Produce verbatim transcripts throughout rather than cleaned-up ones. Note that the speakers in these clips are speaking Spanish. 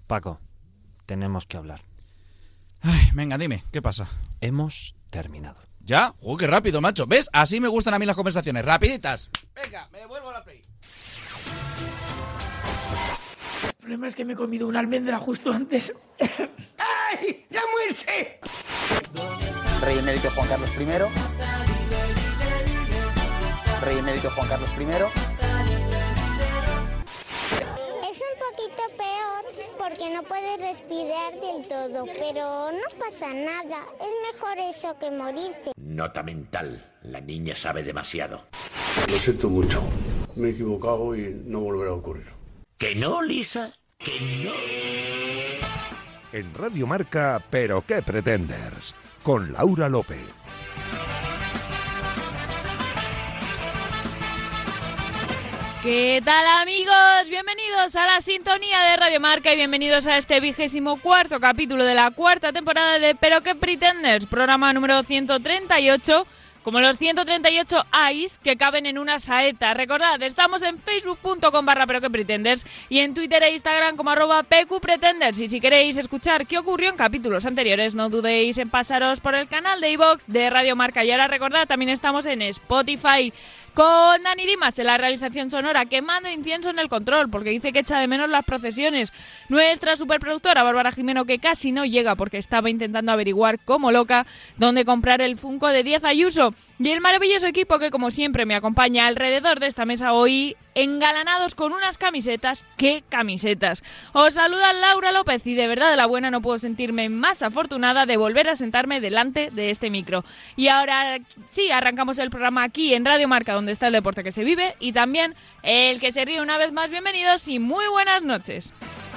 Paco, tenemos que hablar. Ay, venga, dime, ¿qué pasa? Hemos terminado. ¿Ya? ¡Oh, qué rápido, macho! ¿Ves? Así me gustan a mí las conversaciones, rapiditas. Venga, me vuelvo a la play. El problema es que me he comido una almendra justo antes. ¡Ay! ¡La muerte! Rey emérito Juan Carlos primero. Rey emérito Juan Carlos primero. Es un poquito peor porque no puedes respirar del todo, pero no pasa nada. Es mejor eso que morirse. Nota mental. La niña sabe demasiado. Lo siento mucho. Me he equivocado y no volverá a ocurrir. ¿Que no, Lisa? ¿Que no? En Radio Marca, ¿pero qué pretendes? Con Laura López. ¿Qué tal, amigos? Bienvenidos a la sintonía de Radio Marca y bienvenidos a este vigésimo cuarto capítulo de la cuarta temporada de Pero qué pretendes, programa número ciento treinta y ocho, como los ciento treinta y ocho A's que caben en una saeta. Recordad, estamos en facebook.com barra pero qué pretendes y en Twitter e Instagram como arroba pqpretenders. Y si queréis escuchar qué ocurrió en capítulos anteriores, no dudéis en pasaros por el canal de iVoox de Radio Marca. Y ahora recordad, también estamos en Spotify, con Dani Dimas en la realización sonora, quemando incienso en el control, porque dice que echa de menos las procesiones. Nuestra superproductora Bárbara Jimeno, que casi no llega porque estaba intentando averiguar como loca dónde comprar el Funko de Díaz Ayuso. Y el maravilloso equipo que, como siempre, me acompaña alrededor de esta mesa hoy, engalanados con unas camisetas. ¡Qué camisetas! Os saluda Laura López y de verdad de la buena no puedo sentirme más afortunada de volver a sentarme delante de este micro. Y ahora sí, arrancamos el programa aquí en Radio Marca, donde está el deporte que se vive y también el que se ríe una vez más. Bienvenidos y muy buenas noches.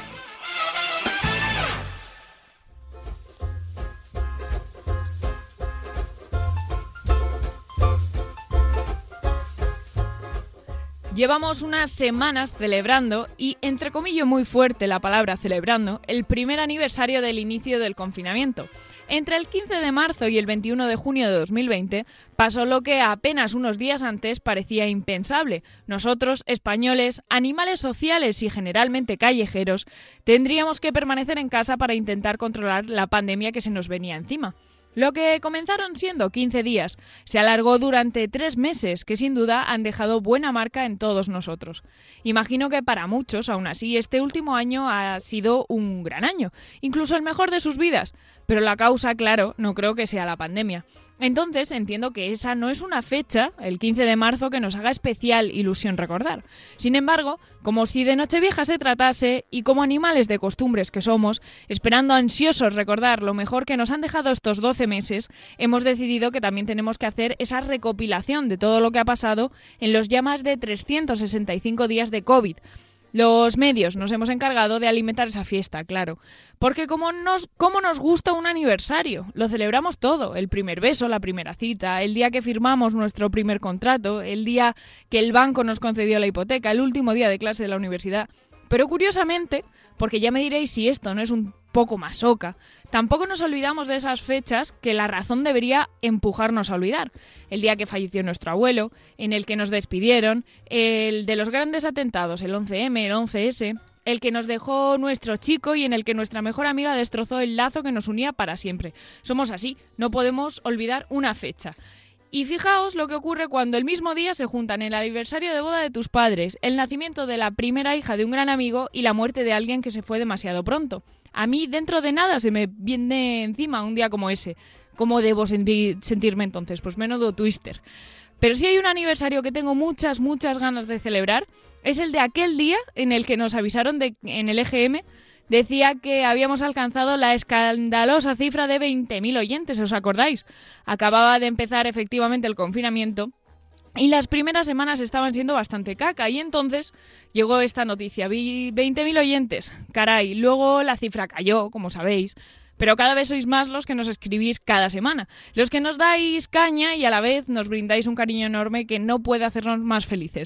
Llevamos unas semanas celebrando, y entre comillas muy fuerte la palabra celebrando, el primer aniversario del inicio del confinamiento. Entre el quince de marzo y el veintiuno de junio de dos mil veinte pasó lo que apenas unos días antes parecía impensable. Nosotros, españoles, animales sociales y generalmente callejeros, tendríamos que permanecer en casa para intentar controlar la pandemia que se nos venía encima. Lo que comenzaron siendo quince días se alargó durante tres meses, que sin duda han dejado buena marca en todos nosotros. Imagino que para muchos, aún así, este último año ha sido un gran año, incluso el mejor de sus vidas, pero la causa, claro, no creo que sea la pandemia. Entonces entiendo que esa no es una fecha, el quince de marzo, que nos haga especial ilusión recordar. Sin embargo, como si de Nochevieja se tratase y como animales de costumbres que somos, esperando ansiosos recordar lo mejor que nos han dejado estos doce meses, hemos decidido que también tenemos que hacer esa recopilación de todo lo que ha pasado en los ya más de trescientos sesenta y cinco días de COVID. Los medios nos hemos encargado de alimentar esa fiesta, claro. Porque como nos, como nos gusta un aniversario, lo celebramos todo. El primer beso, la primera cita, el día que firmamos nuestro primer contrato, el día que el banco nos concedió la hipoteca, el último día de clase de la universidad. Pero curiosamente, porque ya me diréis si esto no es un poco masoca, tampoco nos olvidamos de esas fechas que la razón debería empujarnos a olvidar. El día que falleció nuestro abuelo, en el que nos despidieron, el de los grandes atentados, el once eme, el once ese, el que nos dejó nuestro chico y en el que nuestra mejor amiga destrozó el lazo que nos unía para siempre. Somos así, no podemos olvidar una fecha. Y fijaos lo que ocurre cuando el mismo día se juntan el aniversario de boda de tus padres, el nacimiento de la primera hija de un gran amigo y la muerte de alguien que se fue demasiado pronto. A mí dentro de nada se me viene encima un día como ese. ¿Cómo debo sentir, sentirme entonces? Pues menudo twister. Pero si hay un aniversario que tengo muchas, muchas ganas de celebrar, es el de aquel día en el que nos avisaron de, en el E Ge Eme, decía que habíamos alcanzado la escandalosa cifra de veinte mil oyentes, ¿os acordáis? Acababa de empezar efectivamente el confinamiento y las primeras semanas estaban siendo bastante caca y entonces llegó esta noticia, vi veinte mil oyentes, caray, luego la cifra cayó, como sabéis, pero cada vez sois más los que nos escribís cada semana, los que nos dais caña y a la vez nos brindáis un cariño enorme que no puede hacernos más felices.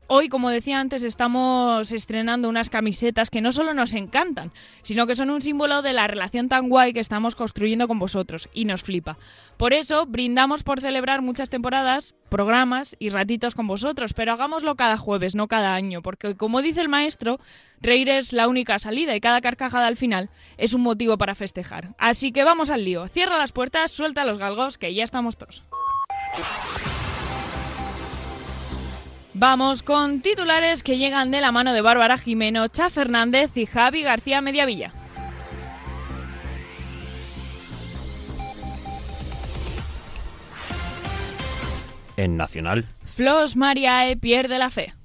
Hoy, como decía antes, estamos estrenando unas camisetas que no solo nos encantan, sino que son un símbolo de la relación tan guay que estamos construyendo con vosotros, y nos flipa. Por eso, brindamos por celebrar muchas temporadas, programas y ratitos con vosotros, pero hagámoslo cada jueves, no cada año, porque como dice el maestro, reír es la única salida y cada carcajada al final es un motivo para festejar. Así que vamos al lío, cierra las puertas, suelta los galgos, que ya estamos todos. Vamos con titulares que llegan de la mano de Bárbara Jimeno, Cha Fernández y Javi García Mediavilla. En Nacional. Flos Mariae pierde la fe.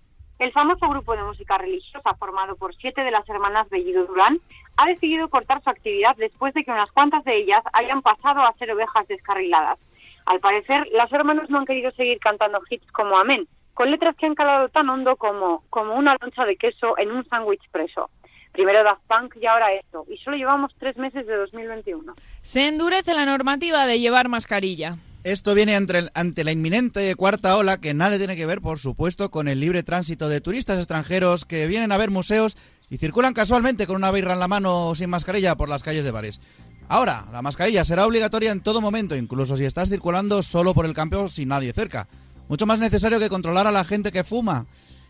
El famoso grupo de música religiosa formado por siete de las hermanas Bellido Durán ha decidido cortar su actividad después de que unas cuantas de ellas hayan pasado a ser ovejas descarriladas. Al parecer, las hermanas no han querido seguir cantando hits como Amén, con letras que han calado tan hondo como, como una loncha de queso en un sándwich preso. Primero Daft Punk y ahora esto, y solo llevamos tres meses de dos mil veintiuno. Se endurece la normativa de llevar mascarilla. Esto viene ante, ante la inminente cuarta ola, que nada tiene que ver, por supuesto, con el libre tránsito de turistas extranjeros que vienen a ver museos y circulan casualmente con una birra en la mano o sin mascarilla por las calles de bares. Ahora, la mascarilla será obligatoria en todo momento, incluso si estás circulando solo por el campo sin nadie cerca. Mucho más necesario que controlar a la gente que fuma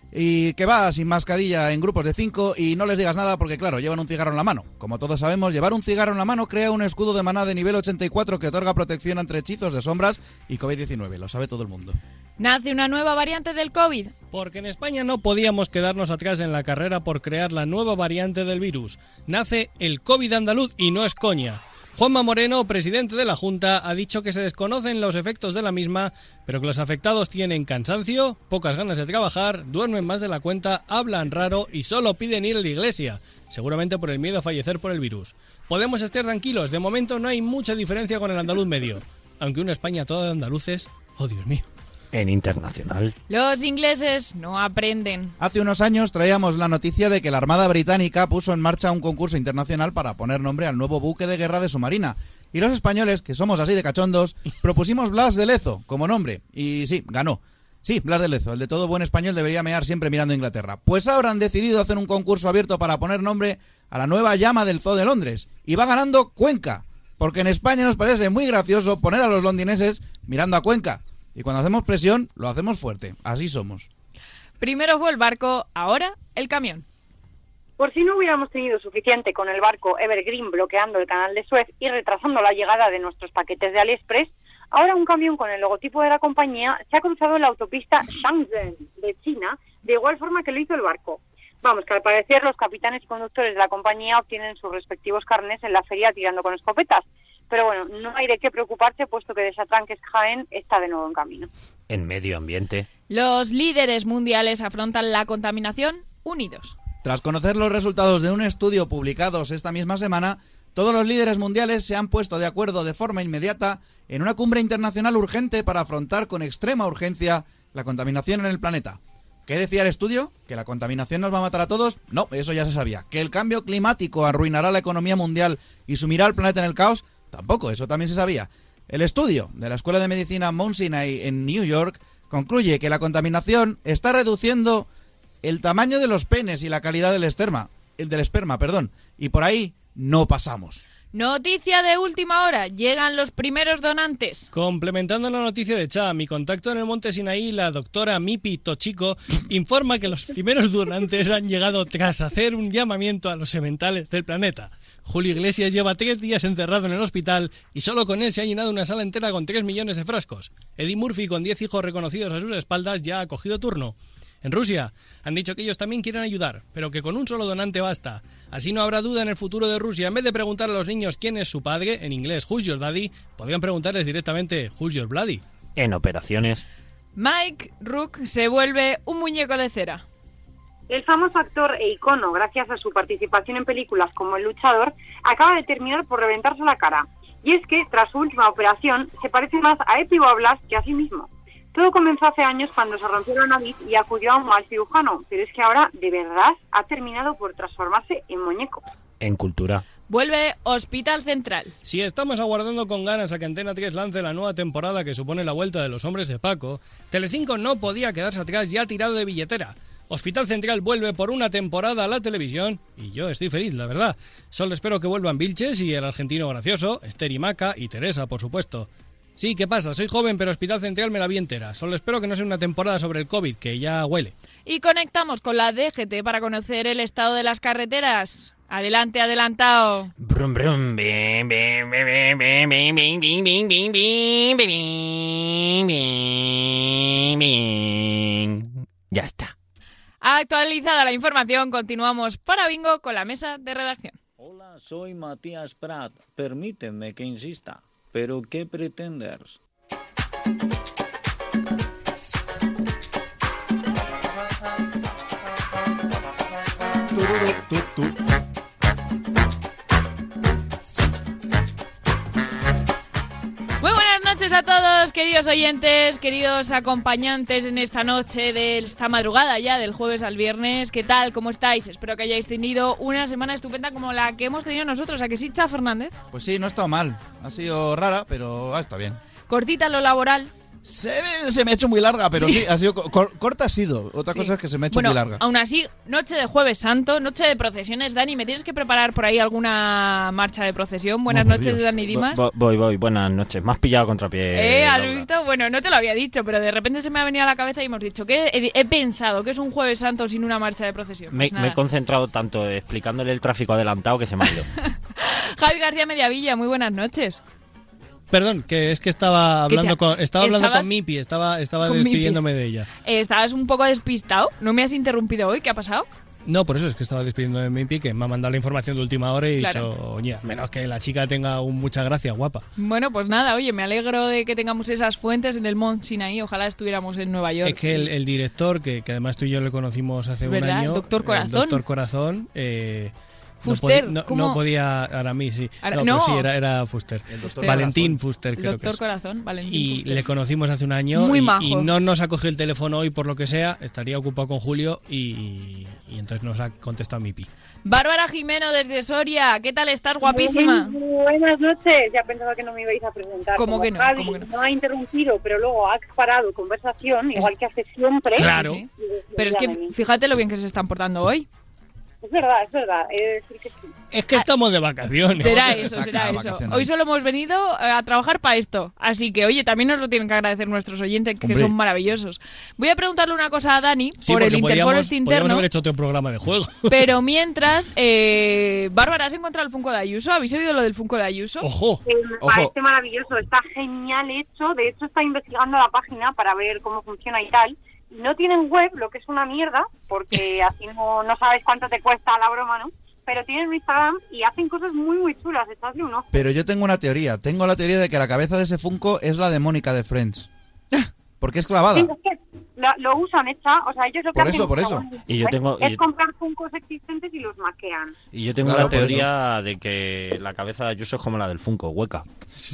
y que va sin mascarilla en grupos de cinco y no les digas nada porque, claro, llevan un cigarro en la mano. Como todos sabemos, llevar un cigarro en la mano crea un escudo de maná de nivel ochenta y cuatro que otorga protección ante hechizos de sombras y COVID diecinueve. Lo sabe todo el mundo. Nace una nueva variante del COVID. Porque en España no podíamos quedarnos atrás en la carrera por crear la nueva variante del virus. Nace el COVID andaluz y no es coña. Juanma Moreno, presidente de la Junta, ha dicho que se desconocen los efectos de la misma, pero que los afectados tienen cansancio, pocas ganas de trabajar, duermen más de la cuenta, hablan raro y solo piden ir a la iglesia, seguramente por el miedo a fallecer por el virus. Podemos estar tranquilos, de momento no hay mucha diferencia con el andaluz medio, aunque una España toda de andaluces, oh Dios mío. En Internacional. Los ingleses no aprenden. Hace unos años traíamos la noticia de que la Armada Británica puso en marcha un concurso internacional para poner nombre al nuevo buque de guerra de su marina. Y los españoles, que somos así de cachondos, propusimos Blas de Lezo como nombre. Y sí, ganó. Sí, Blas de Lezo, el de todo buen español debería mear siempre mirando a Inglaterra. Pues ahora han decidido hacer un concurso abierto para poner nombre a la nueva llama del Zoo de Londres. Y va ganando Cuenca. Porque en España nos parece muy gracioso poner a los londinenses mirando a Cuenca. Y cuando hacemos presión, lo hacemos fuerte. Así somos. Primero fue el barco, ahora el camión. Por si no hubiéramos tenido suficiente con el barco Evergreen bloqueando el canal de Suez y retrasando la llegada de nuestros paquetes de AliExpress, ahora un camión con el logotipo de la compañía se ha cruzado en la autopista Shenzhen de China, de igual forma que lo hizo el barco. Vamos, que al parecer los capitanes y conductores de la compañía obtienen sus respectivos carnés en la feria tirando con escopetas. Pero bueno, no hay de qué preocuparse, puesto que Desatranques Jaén está de nuevo en camino. En Medio Ambiente. Los líderes mundiales afrontan la contaminación unidos. Tras conocer los resultados de un estudio publicados esta misma semana, todos los líderes mundiales se han puesto de acuerdo de forma inmediata en una cumbre internacional urgente para afrontar con extrema urgencia la contaminación en el planeta. ¿Qué decía el estudio? ¿Que la contaminación nos va a matar a todos? No, eso ya se sabía. ¿Que el cambio climático arruinará la economía mundial y sumirá al planeta en el caos? Tampoco, eso también se sabía. El estudio de la Escuela de Medicina Mount Sinai en New York concluye que la contaminación está reduciendo el tamaño de los penes y la calidad del esperma, el del esperma, perdón, y por ahí no pasamos. Noticia de última hora, llegan los primeros donantes. Complementando la noticia de Cha, mi contacto en el Monte Sinaí, la doctora Mipi Tochico, informa que los primeros donantes han llegado tras hacer un llamamiento a los sementales del planeta. Julio Iglesias lleva tres días encerrado en el hospital y solo con él se ha llenado una sala entera con tres millones de frascos. Eddie Murphy, con diez hijos reconocidos a sus espaldas, ya ha cogido turno. En Rusia han dicho que ellos también quieren ayudar, pero que con un solo donante basta. Así no habrá duda en el futuro de Rusia. En vez de preguntar a los niños quién es su padre, en inglés Who's your daddy, podrían preguntarles directamente Who's your bloody. En operaciones. Mike Rook se vuelve un muñeco de cera. El famoso actor e icono, gracias a su participación en películas como El Luchador, acaba de terminar por reventarse la cara. Y es que, tras su última operación, se parece más a Epi Bablas que a sí mismo. Todo comenzó hace años cuando se rompió la nariz y acudió a un mal cirujano, pero es que ahora, de verdad, ha terminado por transformarse en muñeco. En cultura. Vuelve Hospital Central. Si estamos aguardando con ganas a que Antena tres lance la nueva temporada que supone la vuelta de Los Hombres de Paco, Telecinco no podía quedarse atrás ya tirado de billetera. Hospital Central vuelve por una temporada a la televisión y yo estoy feliz, la verdad. Solo espero que vuelvan Vilches y el argentino gracioso, Esther y Maca y Teresa, por supuesto. Sí, ¿qué pasa? Soy joven, pero Hospital Central me la vi entera. Solo espero que no sea una temporada sobre el COVID, que ya huele. Y conectamos con la D G T para conocer el estado de las carreteras. Adelante, adelantado. Brum, brum, bim, bim, bim, bim, bim, bim, bim, bim, bim, bim, bim, bim, bim. Ya está. Actualizada la información, continuamos para Bingo con la mesa de redacción. Hola, soy Matías Prat. Permíteme que insista. ¿Pero qué pretendes? Muy buenas noches a todos, queridos oyentes, queridos acompañantes en esta noche de esta madrugada ya del jueves al viernes. ¿Qué tal? ¿Cómo estáis? Espero que hayáis tenido una semana estupenda como la que hemos tenido nosotros. ¿A que sí, Cha Fernández? Pues sí, no ha estado mal. Ha sido rara, pero ha estado bien. Cortita lo laboral. Se me, se me ha hecho muy larga, pero sí, sí ha sido cor, corta ha sido. Otra sí. cosa es que se me ha hecho bueno, muy larga. Aún así, noche de Jueves Santo, noche de procesiones. Dani, ¿me tienes que preparar por ahí alguna marcha de procesión? Buenas no, noches, Dios. Dani Dimas. Voy, voy, voy, buenas noches. Me has pillado contra pie. ¿Eh? ¿Has visto? Bueno, no te lo había dicho, pero de repente se me ha venido a la cabeza y hemos dicho que he, he pensado que es un Jueves Santo sin una marcha de procesión. Me, pues me he concentrado tanto explicándole el tráfico adelantado que se me ha ido. Javi García Mediavilla, muy buenas noches. Perdón, que es que estaba hablando con estaba hablando con Mipi, estaba estaba despidiéndome Mipi. de ella. Eh, ¿Estabas un poco despistado? ¿No me has interrumpido hoy? ¿Qué ha pasado? No, por eso es que estaba despidiéndome de Mipi, que me ha mandado la información de última hora y he claro. dicho, oye, menos que la chica tenga un mucha gracia, guapa. Bueno, pues nada, oye, me alegro de que tengamos esas fuentes en el Mont Sinaí, ojalá estuviéramos en Nueva York. Es que el, el director, que, que además tú y yo le conocimos hace ¿verdad? un año, Doctor Corazón. el Doctor Corazón, eh... Fuster, no, podía, no, no podía Aramis, sí. Ara, no, no. Pues sí, era, era Fuster. Fuster. Valentín Fuster, creo Doctor que es. Corazón, Valentín y Fuster. le conocimos hace un año Muy y, majo. y no nos ha cogido el teléfono hoy por lo que sea, estaría ocupado con Julio y, y entonces nos ha contestado Mipi. Bárbara Jimeno desde Soria, ¿qué tal estás, guapísima? Muy, muy buenas noches, ya pensaba que no me ibais a presentar. ¿Cómo Como que no? Javi ¿Cómo que no? no ha interrumpido, pero luego ha parado conversación, igual que hace siempre. Claro. Sí. Pero es que fíjate lo bien que se están portando hoy. Es verdad, es verdad, he de decir que sí. Es que estamos de vacaciones. Será eso, será eso. Hoy solo hemos venido a trabajar para esto. Así que, oye, también nos lo tienen que agradecer nuestros oyentes, que Hombre. son maravillosos. Voy a preguntarle una cosa a Dani Sí, por el porque interforo podíamos, este podíamos interno. haber hecho otro programa de juego. Pero mientras, eh, Bárbara, ¿has encontrado el Funko de Ayuso? ¿Habéis oído lo del Funko de Ayuso? ¡Ojo! Eh, me Ojo. parece maravilloso, está genial hecho. De hecho, está investigando la página para ver cómo funciona y tal. No tienen web, lo que es una mierda, porque así no, no sabes cuánto te cuesta la broma, ¿no? Pero tienen un Instagram y hacen cosas muy, muy chulas. Echadle un ojo. Pero yo tengo una teoría. Tengo la teoría de que la cabeza de ese Funko es la de Mónica de Friends. Porque es clavada. Sí, es que lo, lo usan hecha, o sea, ellos lo que Por hacen eso, por es- eso. Y yo tengo- es y yo- comprar Funkos existentes y los maquean. Y yo tengo Claro, la por teoría de que la cabeza de Ayuso es como la del Funko, hueca.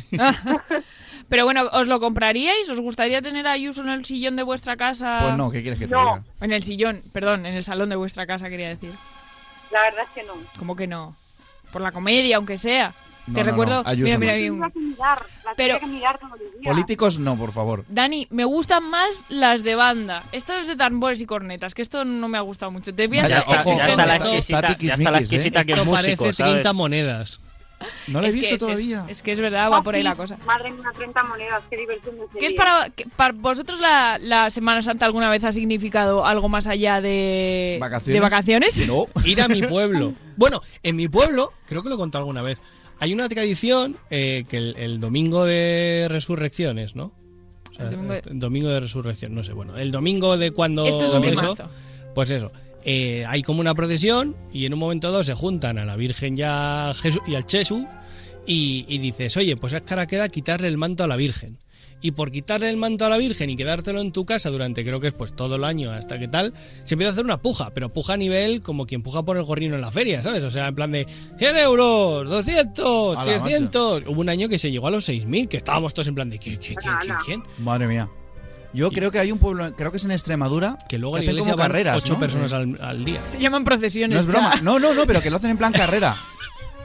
Pero bueno, ¿os lo compraríais? ¿Os gustaría tener a Ayuso en el sillón de vuestra casa? Pues no, ¿qué quieres que te No. diga? En el sillón, perdón, en el salón de vuestra casa, quería decir. La verdad es que no. ¿Cómo que no? Por la comedia, aunque sea. No, Te no, recuerdo... no, Ayuso mira, no. mira, La bien. tendría que mirar, la Pero- tendría que mirar todos los días. Políticos no, por favor. Dani, me gustan más las de banda. Esto es de tambores y cornetas, que esto no me ha gustado mucho. Te voy a Vaya, hacer- ojo, ya está la está- exquisita, está ya está la tiquismiquis, ¿eh? exquisita que es Esto músico, parece ¿sabes? treinta monedas. No lo he Es que visto es- todavía. Es, es que es verdad, va Ah, por ahí sí. la cosa. Madre mía, treinta monedas, qué diversión de ¿Qué es serie. para, que- para vosotros la, la Semana Santa alguna vez ha significado algo más allá de ¿Vacaciones? de vacaciones? No. Ir a mi pueblo. Bueno, en mi pueblo, creo que lo he contado alguna vez, hay una tradición eh, que el, el domingo de resurrecciones, ¿no? O sea, El domingo de- el domingo de resurrección, no sé, bueno, el domingo de cuando Esto es un eso, temazo. pues eso, eh, hay como una procesión y en un momento dado se juntan a la Virgen y, a Jesús, y al Chesu y, y dices, oye, pues es que ahora queda quitarle el manto a la Virgen. Y por quitarle el manto a la Virgen y quedártelo en tu casa durante creo que es pues todo el año hasta que tal, se empieza a hacer una puja, pero puja a nivel como quien puja por el gorrino en la feria, ¿sabes? O sea, en plan de cien euros, doscientos, Ala, trescientos. Hubo un año que se llegó a los seis mil, que estábamos todos en plan de ¿quién, quién, quién, quién, Ala. quién? Madre mía. Yo creo que hay un pueblo, creo que es en Extremadura, Que luego en la hacen iglesia como van carreras, ocho ¿no? personas Eh, al, al día. Se llaman procesiones. No es broma. ya. No, no, no, pero que lo hacen en plan carrera.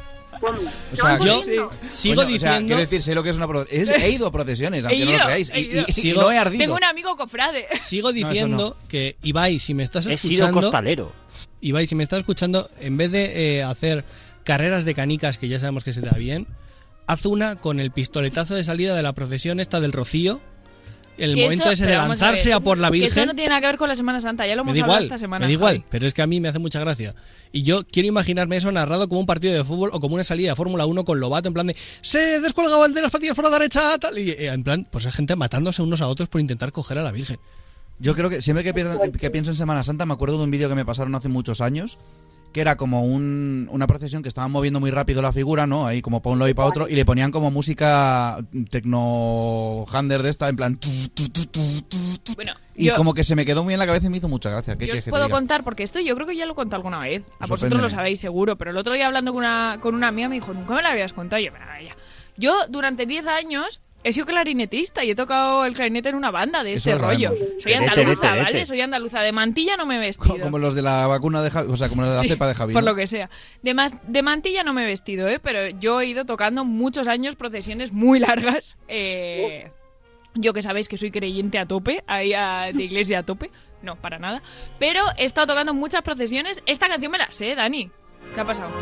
¿Cómo? O sea, yo sí. sigo Coño, diciendo... O sea, quiero decir, sé lo que es una procesión. He ido a procesiones, aunque He no ido, lo creáis. he Y, ido. y- y Sigo- no he ardido. Tengo un amigo cofrade. Sigo diciendo no, eso que, Ibai, si me estás He sido escuchando... costalero. Ibai, si me estás escuchando, en vez de eh, hacer carreras de canicas, que ya sabemos que se te da bien, haz una con el pistoletazo de salida de la procesión esta del Rocío, el Que momento eso- ese de pero vamos a lanzarse ver, a, por la que Virgen. eso no tiene nada que ver con la Semana Santa, ya lo Me hemos da hablado igual, esta semana. me da igual, Javi. pero es que a mí me hace mucha gracia. Y yo quiero imaginarme eso narrado como un partido de fútbol o como una salida de Fórmula uno con Lobato, en plan de se descolgaba el de las patillas por la derecha, tal, y eh, en plan, pues hay gente matándose unos a otros por intentar coger a la Virgen. Yo creo que siempre que, pierdo- que pienso en Semana Santa me acuerdo de un vídeo que me pasaron hace muchos años, que era como un, una procesión que estaban moviendo muy rápido la figura, ¿no? Ahí como para un lado y para otro, y le ponían como música tecno-hander de esta, en plan... tu, tu, tu, tu, tu, tu. Bueno, Y yo- como que se me quedó muy en la cabeza y me hizo mucha gracia. ¿Qué Yo os quieres que te puedo diga? contar, porque esto yo creo que ya lo he contado alguna vez. A vosotros Sorpréndeme. lo sabéis seguro, pero el otro día hablando con una, con una amiga me dijo, nunca me lo habías contado. Y yo, "Ah, ya". Yo durante diez años he sido clarinetista y he tocado el clarinete en una banda de Eso este lo rollo. sabemos. Soy Vete, andaluza, vete, ¿vale? vete. Soy andaluza. De mantilla no me he vestido. Como los de la vacuna de Javi, o sea, como los de la Sí, cepa de Javi. por ¿no? lo que sea. De, mas- de mantilla no me he vestido, ¿eh? Pero yo he ido tocando muchos años procesiones muy largas. Eh, yo que sabéis que soy creyente a tope, ahí a- de iglesia a tope. No, para nada. Pero he estado tocando muchas procesiones. Esta canción me la sé, Dani. ¿Qué ha pasado?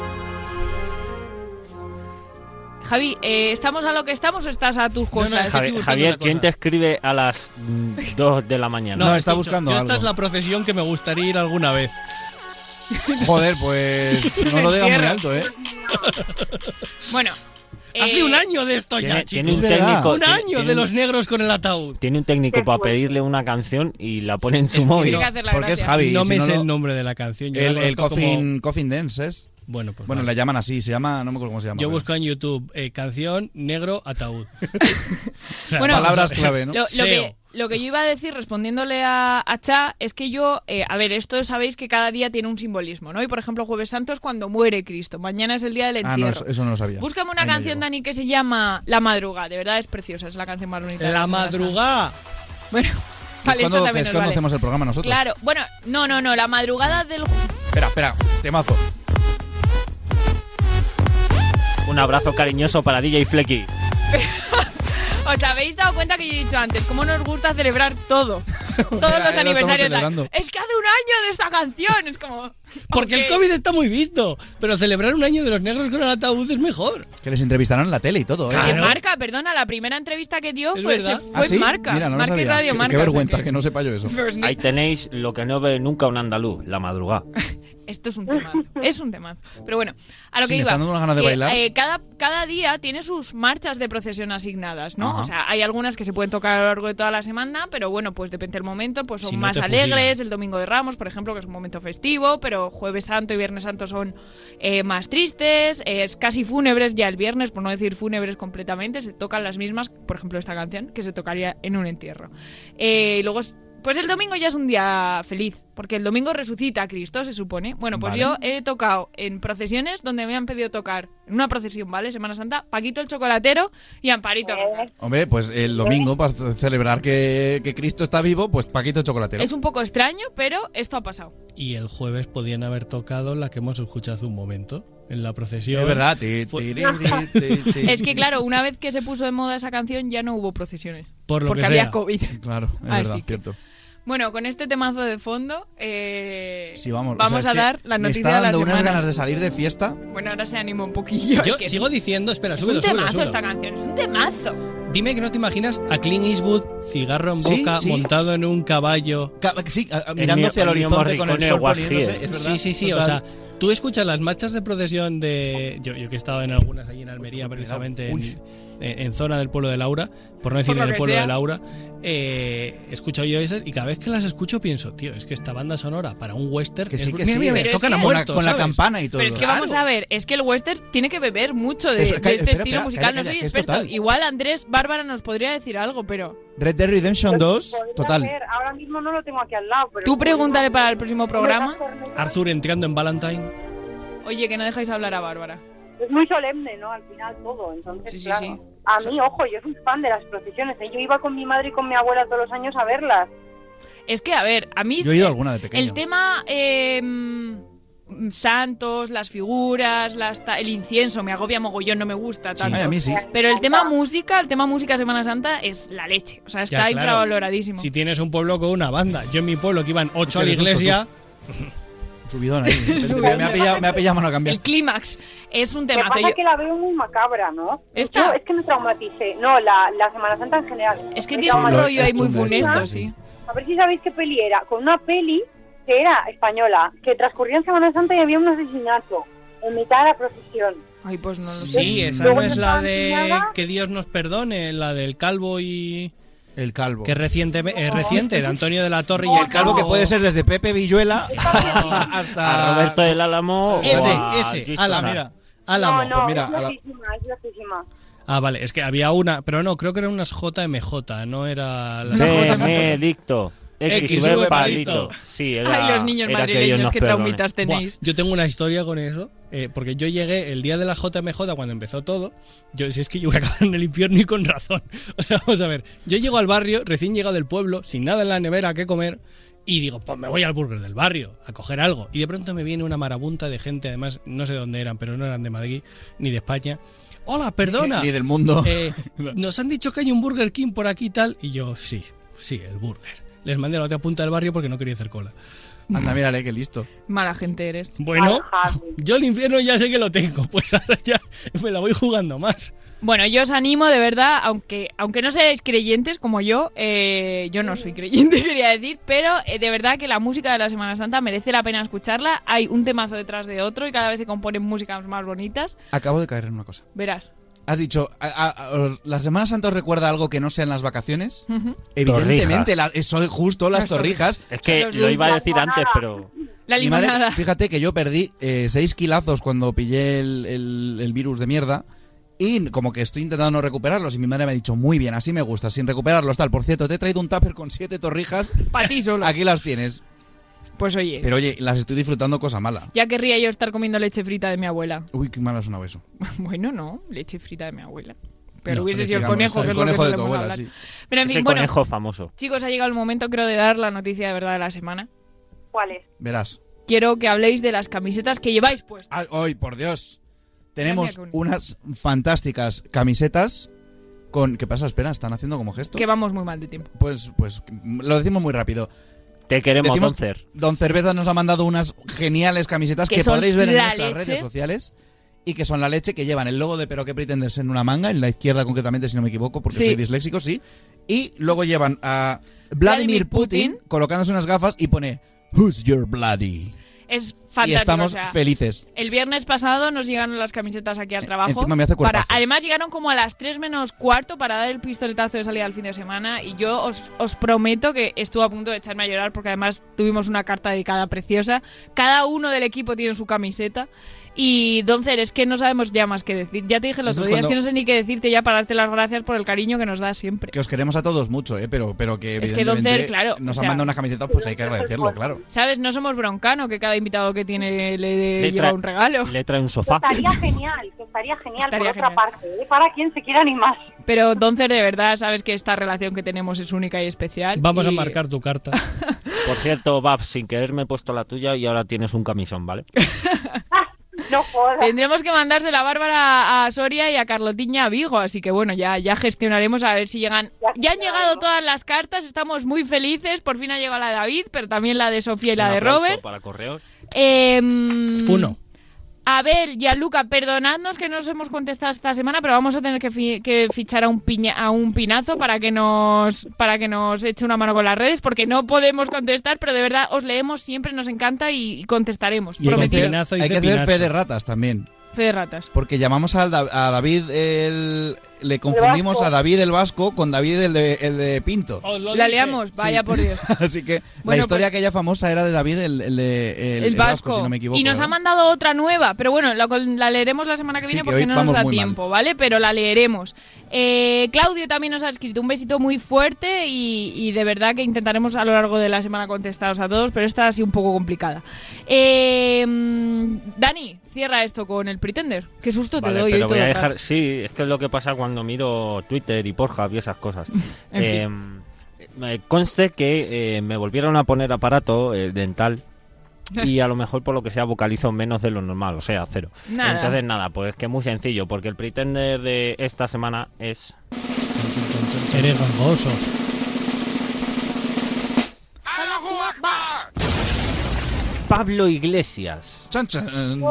Javi, eh, ¿estamos a lo que estamos o estás a tus cosas? Javi- Javier, ¿quién te escribe a las mm, dos de la mañana? No, está buscando yo algo. esta es la procesión que me gustaría ir alguna vez. Joder, pues no lo digas muy Cierra. alto, ¿eh? Bueno. Hace eh, un año de esto Tiene- ya, tiene chicos. un técnico- Un tiene- año tiene de un- los negros con el ataúd. Tiene un técnico para pedirle una canción y la pone en su Es que móvil. no, que hacer la Porque es gracia. Javi. No si me no sé lo- el nombre de la canción. Yo El, la el conozco coffin, como- coffin Dance es. Bueno, pues Bueno, vale. la llaman así, se llama, no me acuerdo cómo se llama. Yo pero- busco en YouTube eh, canción negro ataúd. O sea, Bueno, palabras clave, ¿no? Lo, lo S E O. que, lo que yo iba a decir respondiéndole a, a Cha es que yo, eh, a ver, esto sabéis que cada día tiene un simbolismo, ¿no? Y por ejemplo, Jueves Santo es cuando muere Cristo, mañana es el día del Ah, entierro. no, eso, eso no lo sabía. Búscame una Ahí no canción, llego. Dani, que se llama La Madruga, de verdad es preciosa, es la canción más bonita. de La Semana madrugada. Santa. Bueno, Es vale, cuando, esto que también es nos cuando vale. hacemos el programa nosotros. Claro, bueno, no, no, no, la madrugada del... Espera, espera, temazo. Un abrazo cariñoso para D J Flecky. ¿Os habéis dado cuenta que yo he dicho antes cómo nos gusta celebrar todo? Todos Ya, los ya lo estamos aniversarios. tal. celebrando. Es que hace un año de esta canción, es como... Porque ok. el COVID está muy visto. Pero celebrar un año de los negros con el ataúd es mejor. Que les entrevistaron en la tele y todo, ¿eh? En Marca, perdona, la primera entrevista que dio Es fue, verdad. se- ¿Ah, fue sí? en Marca. Mira, no lo Marca y sabía. Radio Qué- Marca. Qué o sea vergüenza que- que no sepa yo eso. Pues ni- Ahí tenéis lo que no ve nunca un andaluz, la madrugada. Esto es un temazo, es un temazo. Pero bueno, a lo Sí, que me iba. están dando unas ganas de que, bailar. eh, cada, cada día tiene sus marchas de procesión asignadas, ¿no? Ajá. O sea, hay algunas que se pueden tocar a lo largo de toda la semana, pero bueno, pues depende del momento, pues son Si no más te alegres. fusilan. El Domingo de Ramos, por ejemplo, que es un momento festivo, pero Jueves Santo y Viernes Santo son eh, más tristes, eh, es casi fúnebres ya el viernes, por no decir fúnebres completamente, se tocan las mismas, por ejemplo, esta canción, que se tocaría en un entierro. Eh, y luego, es- pues el domingo ya es un día feliz, porque el domingo resucita a Cristo, se supone. Bueno, pues Vale. yo he tocado en procesiones donde me han pedido tocar, en una procesión, ¿vale? Semana Santa, Paquito el Chocolatero y Amparito Roca. Hombre, pues el domingo, para celebrar que, que Cristo está vivo, pues Paquito Chocolatero. Es un poco extraño, pero esto ha pasado. Y el jueves podían haber tocado la que hemos escuchado hace un momento. En la procesión. Es verdad. Ti, Fue- ti, ri, ri, ti, ti. Es que claro, una vez que se puso de moda esa canción ya no hubo procesiones. Por lo porque que había sea. COVID. Claro, es Así verdad, que- cierto. Bueno, con este temazo de fondo, eh, Sí, vamos. o sea, vamos es a que dar la me noticia está de la dando unas semana. ganas de salir de fiesta. Bueno, ahora se anima un poquillo. Yo es que sigo diciendo, espera, es súbelo, un súbelo, temazo súbelo. esta canción, es un temazo. Dime que no te imaginas a Clint Eastwood, cigarro en Sí, boca, sí. montado en un caballo. Ca- Sí, a- a- mirando mi- hacia el el mío horizonte con el Morricone sol was poniéndose. here. Es verdad, Sí, sí, sí, o total. sea, tú escuchas las marchas de procesión de... Yo, yo que he estado en algunas allí en Almería, precisamente en, Uy. en, en zona del pueblo de Laura, por no decir lo en el que pueblo sea. de Laura, eh, he escuchado yo esas y cada vez que las escucho pienso, tío, es que esta banda sonora para un western... Que es- sí, que mira, sí. mira, Pero es tocan a que- Con la, muertos, con la ¿sabes? campana y todo. Pero es que Claro. vamos a ver, es que el western tiene que beber mucho de, Eso, de calla, este espera, estilo espera, musical. calla, no calla, soy que es experto. total. Igual Andrés Bárbara nos podría decir algo, pero Red Dead Redemption dos, Podría total. ser, ahora mismo no lo tengo aquí al lado. Pero tú pregúntale para el próximo programa. Arthur entrando en Valentine. Oye, que no dejáis hablar a Bárbara. Es muy solemne, ¿no? Al final todo. Entonces, Sí, sí, claro. sí. A mí, ojo, yo soy fan de las procesiones. ¿eh? Yo iba con mi madre y con mi abuela todos los años a verlas. Es que, a ver, a mí Yo he ido a alguna de pequeño. el tema... eh, santos, las figuras, las ta- el incienso, me agobia mogollón, no me gusta tanto. Ay, a mí sí. Pero el tema música, el tema música Semana Santa es la leche. O sea, está Ya, claro. infravaloradísimo. Si tienes un pueblo con una banda, yo en mi pueblo que iban ocho Hostia, a la qué susto, iglesia... Subidón ahí. me, me ha pillado, me ha pillado mano a cambiar. El clímax es un Me tema pasa que yo... que la veo muy macabra, ¿no? ¿Esta? Yo es que me traumaticé. No, la, la Semana Santa en general. Es que Me tiene un traumaticé. rollo ahí muy chungo esto, funesto, sí. sí. A ver si sabéis qué peli era. Con una peli que era española, que transcurría en Semana Santa y había un asesinato en mitad de la procesión. Ay, pues no lo sé. Sí, esa Luego no es se la estaba de enseñada- Que Dios nos perdone, la del calvo y... El calvo. Que es reciente, es reciente, de Antonio de la Torre y El calvo que puede ser desde Pepe Villuela hasta... A Roberto del Álamo. o Ese, a ese, Jesus. Álamo. mira. Álamo. No, no, Pues mira, es a la- loquísima, es loquísima. Ah, vale, es que había una, pero no, creo que eran unas J M J, no era las Benedicto. X, X, V, V, palito. palito. Sí, era, Ay, los niños era que Dios madrileños, nos qué perdone. traumitas tenéis. Buah, yo tengo una historia con eso, eh, porque yo llegué el día de la J M J cuando empezó todo. Yo, si es que yo voy a acabar en el infierno y con razón. O sea, vamos a ver. Yo llego al barrio, recién llegado del pueblo, sin nada en la nevera que comer, y digo, pues me voy al burger del barrio a coger algo. Y de pronto me viene una marabunta de gente, además, no sé dónde eran, pero no eran de Madrid ni de España. Hola, perdona. Ni del mundo. Eh, nos han dicho que hay un Burger King por aquí y tal. Y yo, sí, sí, el burger. Les mandé a la otra punta del barrio porque no quería hacer cola. Anda, mírale, qué listo. Mala gente eres. Bueno, Ajá. yo el infierno ya sé que lo tengo, pues ahora ya me la voy jugando más. Bueno, yo os animo de verdad, aunque aunque no seáis creyentes como yo, eh, yo no soy creyente, quería decir, pero eh, de verdad que la música de la Semana Santa merece la pena escucharla. Hay un temazo detrás de otro y cada vez se componen músicas más bonitas. Acabo de caer en una cosa. Verás. Has dicho, a, a- a- ¿la Semana Santa os recuerda algo que no sean las vacaciones? Ujú. Evidentemente, la, son justo las Las torrijas. Es que Los lo iba a dulces. decir antes, pero... La Mi madre- limonada. fíjate que yo perdí eh, seis kilazos cuando pillé el, el- el virus de mierda. Y como que estoy intentando no recuperarlos. Y mi madre me ha dicho, muy bien, así me gusta, sin recuperarlos tal. Por cierto, te he traído un tupper con siete torrijas. Para ti solo. Aquí las tienes. Pues oye, Pero oye, las estoy disfrutando, cosa mala. ya querría yo estar comiendo leche frita de mi abuela. Uy, qué mala suena eso. Bueno, no, leche frita de mi abuela. Pero No, hubiese leche, sido el digamos, conejo, el que es conejo lo que de tu solemos abuela, hablar. sí. Pero en Es fin, el bueno, conejo famoso. chicos, ha llegado el momento, creo, de dar la noticia de verdad de la semana. ¿Cuál es? Verás. Quiero que habléis de las camisetas que lleváis puestas. Ay, ay, por Dios. Tenemos Gracias, unas fantásticas camisetas con... ¿Qué pasa? Espera, están haciendo como gestos. Que vamos muy mal de tiempo. Pues, pues lo decimos muy rápido. Te queremos, Decimos- Don Cer. Don Cerveza nos ha mandado unas geniales camisetas Que que, son podréis ver en la nuestras leche. redes sociales y que son la leche, que llevan el logo de Pero qué pretendes en una manga, en la izquierda concretamente, si no me equivoco, porque Sí. soy disléxico, sí. Y luego llevan a Vladimir Vladimir Putin, Putin. colocándose unas gafas y pone Who's your bloody? Es Y fantástico. estamos o sea, felices. el viernes pasado nos llegaron las camisetas aquí al trabajo. Encima me hace para, cuerpazo. además llegaron como a las tres menos cuarto para dar el pistoletazo de salida al fin de semana y yo os, os prometo que estuve a punto de echarme a llorar porque además tuvimos una carta dedicada preciosa. Cada uno del equipo tiene su camiseta. Y Doncer, es que no sabemos ya más que decir. Ya te dije el Esto otro es día, es cuando- que no sé ni qué decirte ya para darte las gracias por el cariño que nos das siempre. Que os queremos a todos mucho, ¿eh? Pero, pero que Es que evidentemente Don Cer, claro, nos o han sea- mandado unas camisetas, pues hay que agradecerlo, claro. ¿Sabes? No somos broncano, que cada invitado que tiene le, Le lleva trae- un regalo. Le trae un sofá. Estaría genial, que estaría genial Estaría por otra genial. parte, ¿eh? Para quien se quiera animar. Pero Doncer, de verdad, sabes que esta relación que tenemos es única y especial. Vamos a y- marcar tu carta. Por cierto, Babs, sin querer me he puesto la tuya y ahora tienes un camisón, ¿vale? No jodas. Tendremos que mandarse la Bárbara a Soria y a Carlotiña a Vigo, así que bueno, ya, ya gestionaremos a ver si llegan. Ya han llegado todas las cartas, estamos muy felices, por fin ha llegado la de David, pero también la de Sofía y la Un de aplauso Robert. para correos. Eh, Uno. Abel y a Luca, perdonadnos que no os hemos contestado esta semana, pero vamos a tener que, fi- que fichar a un piña, a un pinazo para que nos para que nos eche una mano con las redes, porque no podemos contestar, pero de verdad os leemos siempre, nos encanta y, y contestaremos. Y hay que prometido. hacer, Pinazo hay dice que hacer fe Pinacho. de ratas también. Fe de ratas. Porque llamamos al Da- a David el... Le confundimos Vasco. a David el Vasco con David el de, el de Pinto. Os lo La dije. liamos, vaya Sí. por Dios. Así que la Bueno, historia pues- aquella famosa era de David el, el de el, El el vasco. si no me equivoco. y nos ¿verdad? ha mandado otra nueva, pero bueno, la, la leeremos la semana que Sí, viene que porque hoy no nos vamos da muy mal. tiempo, ¿vale? Pero la leeremos. Eh, Claudio también nos ha escrito un besito muy fuerte y, y de verdad que intentaremos a lo largo de la semana contestaros a todos, pero esta ha sido un poco complicada. Eh, mm, Dani, cierra esto con el Pretender. Qué susto te Vale, doy pero hoy voy a todo, dejar... Kat. Sí, es que es lo que pasa cuando miro Twitter y Pornhub y esas cosas. En eh, me conste que eh, me volvieron a poner aparato eh, dental y a lo mejor por lo que sea vocalizo menos de lo normal, o sea, cero. Nada. Entonces nada, pues que muy sencillo, porque el pretender de esta semana es... Eres gangoso. Pablo Iglesias. Chan, chan.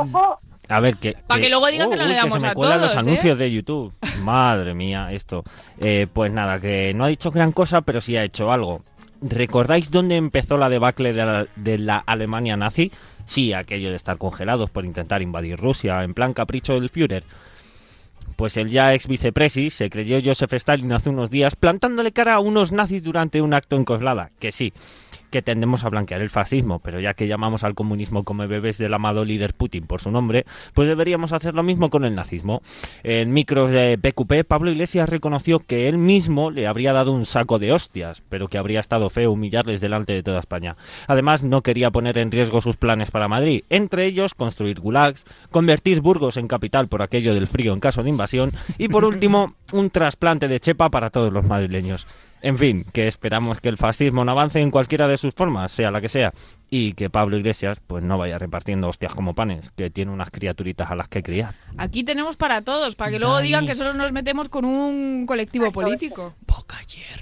A ver, que... Pa' que luego digan que no le damos se me a cuelan todos, los ¿eh? anuncios de YouTube. Madre mía, esto. Eh, pues nada, que no ha dicho gran cosa, pero sí ha hecho algo. ¿Recordáis dónde empezó la debacle de la, de la Alemania nazi? Sí, aquello de estar congelados por intentar invadir Rusia, en plan capricho del Führer. Pues el ya ex vicepresi se creyó Joseph Stalin hace unos días plantándole cara a unos nazis durante un acto en Coslada. Que sí, que tendemos a blanquear el fascismo, pero ya que llamamos al comunismo como bebés del amado líder Putin por su nombre, pues deberíamos hacer lo mismo con el nazismo. En micros de P Q P, Pablo Iglesias reconoció que él mismo le habría dado un saco de hostias, pero que habría estado feo humillarles delante de toda España. Además, no quería poner en riesgo sus planes para Madrid, entre ellos construir gulags, convertir Burgos en capital por aquello del frío en caso de invasión y, por último, un trasplante de chepa para todos los madrileños. En fin, que esperamos que el fascismo no avance en cualquiera de sus formas, sea la que sea, y que Pablo Iglesias pues no vaya repartiendo hostias como panes, que tiene unas criaturitas a las que criar. Aquí tenemos para todos, para que luego Dani. digan que solo nos metemos con un colectivo político. Boca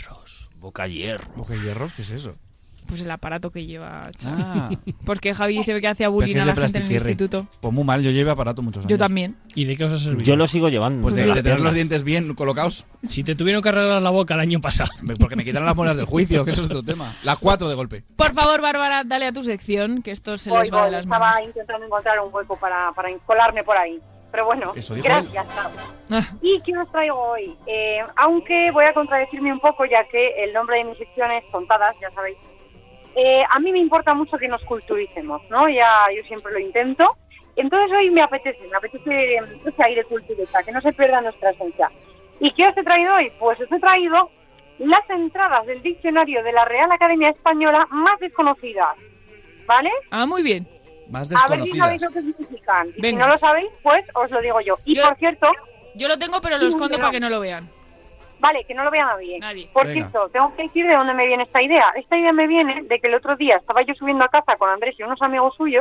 hierro. ¿Boca hierros? ¿Qué es eso? Pues el aparato que lleva Xavi. Ah. Porque Javi se ve que hacía Pero bullying que a es la de gente en el plasticierre. instituto. Pues muy mal, yo llevo aparato muchos años. Yo también. ¿Y de qué os ha servido? Yo lo sigo llevando. Pues de, las de tener los piernas. dientes bien colocados. Si te tuvieron que arreglar la boca el año pasado. Porque me quitaron las muelas del juicio, que eso es otro tema. Las cuatro de golpe. Por favor, Bárbara, dale a tu sección, que esto se Voy, les va voy, de las estaba manos. intentando encontrar un hueco para, para colarme por ahí. Pero bueno, Eso dijo gracias. Carlos. ¿Y qué os traigo hoy? Eh, aunque voy a contradecirme un poco, ya que el nombre de mi sección es Tontadas, ya sabéis. Eh, a mí me importa mucho que nos culturicemos, ¿no? Ya yo siempre lo intento. Entonces hoy me apetece, me apetece ese aire culturista, que no se pierda nuestra esencia. ¿Y qué os he traído hoy? Pues os he traído las entradas del diccionario de la Real Academia Española más desconocidas, ¿vale? Ah, muy bien. Más A ver si desconocidas. sabéis lo que significan. Y si Venga. no lo sabéis, pues os lo digo yo. Y Yo- por cierto... Yo lo tengo, pero lo escondo no. para que no lo vean. Vale, que no lo vea nadie. Nadie. Por Venga. cierto, tengo que decir de dónde me viene esta idea. Esta idea me viene de que el otro día estaba yo subiendo a casa con Andrés y unos amigos suyos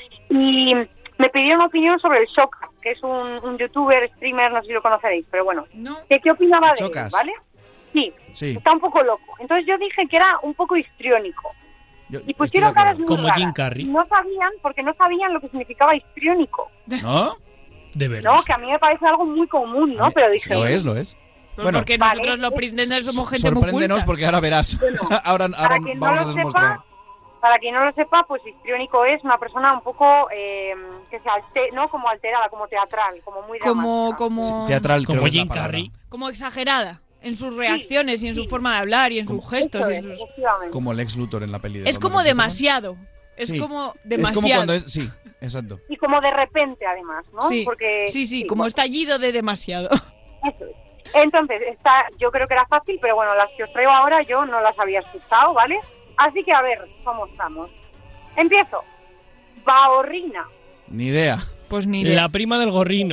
y me pidieron opinión sobre el Shock, que es un, un youtuber, streamer, no sé si lo conoceréis, pero bueno. No. ¿De qué opinaba de él, Chocas. vale? Sí, Sí. está un poco loco. Entonces yo dije que era un poco histriónico. Yo Y estoy pusieron de caras acuerdo. muy Como raras. Jim Carrey. No sabían, porque no sabían lo que significaba histriónico. ¿No? De verdad. No, que a mí me parece algo muy común, ¿no? A ver, Pero dije... Lo es, lo es. Pues Bueno, porque Vale. nosotros los pretenders somos gente muy sorpréndenos culta. porque ahora verás. ahora ahora Para quien no vamos a lo demostrar. sepa, para quien no lo sepa, pues histriónico es una persona un poco eh, que se alte, no como alterada, como teatral, como muy Como, dramática. como, Teatral, Como creo que es la Jim palabra. Carrey. como exagerada en sus reacciones y en su forma de hablar y en sus gestos. Eso y es, en sus- efectivamente. Como Lex Luthor en la peli de Es Batman como contra demasiado. Es Sí. como Superman. demasiado. Es como cuando es... Sí, exacto. Y como de repente, además, ¿no? Sí, Porque, sí, sí, como estallido de demasiado. Eso es. Entonces, esta, yo creo que era fácil, pero bueno, las que os traigo ahora yo no las había escuchado, ¿vale? Así que a ver cómo estamos. Empiezo. Bahorrina. Ni idea. Pues ni La prima del gorrino.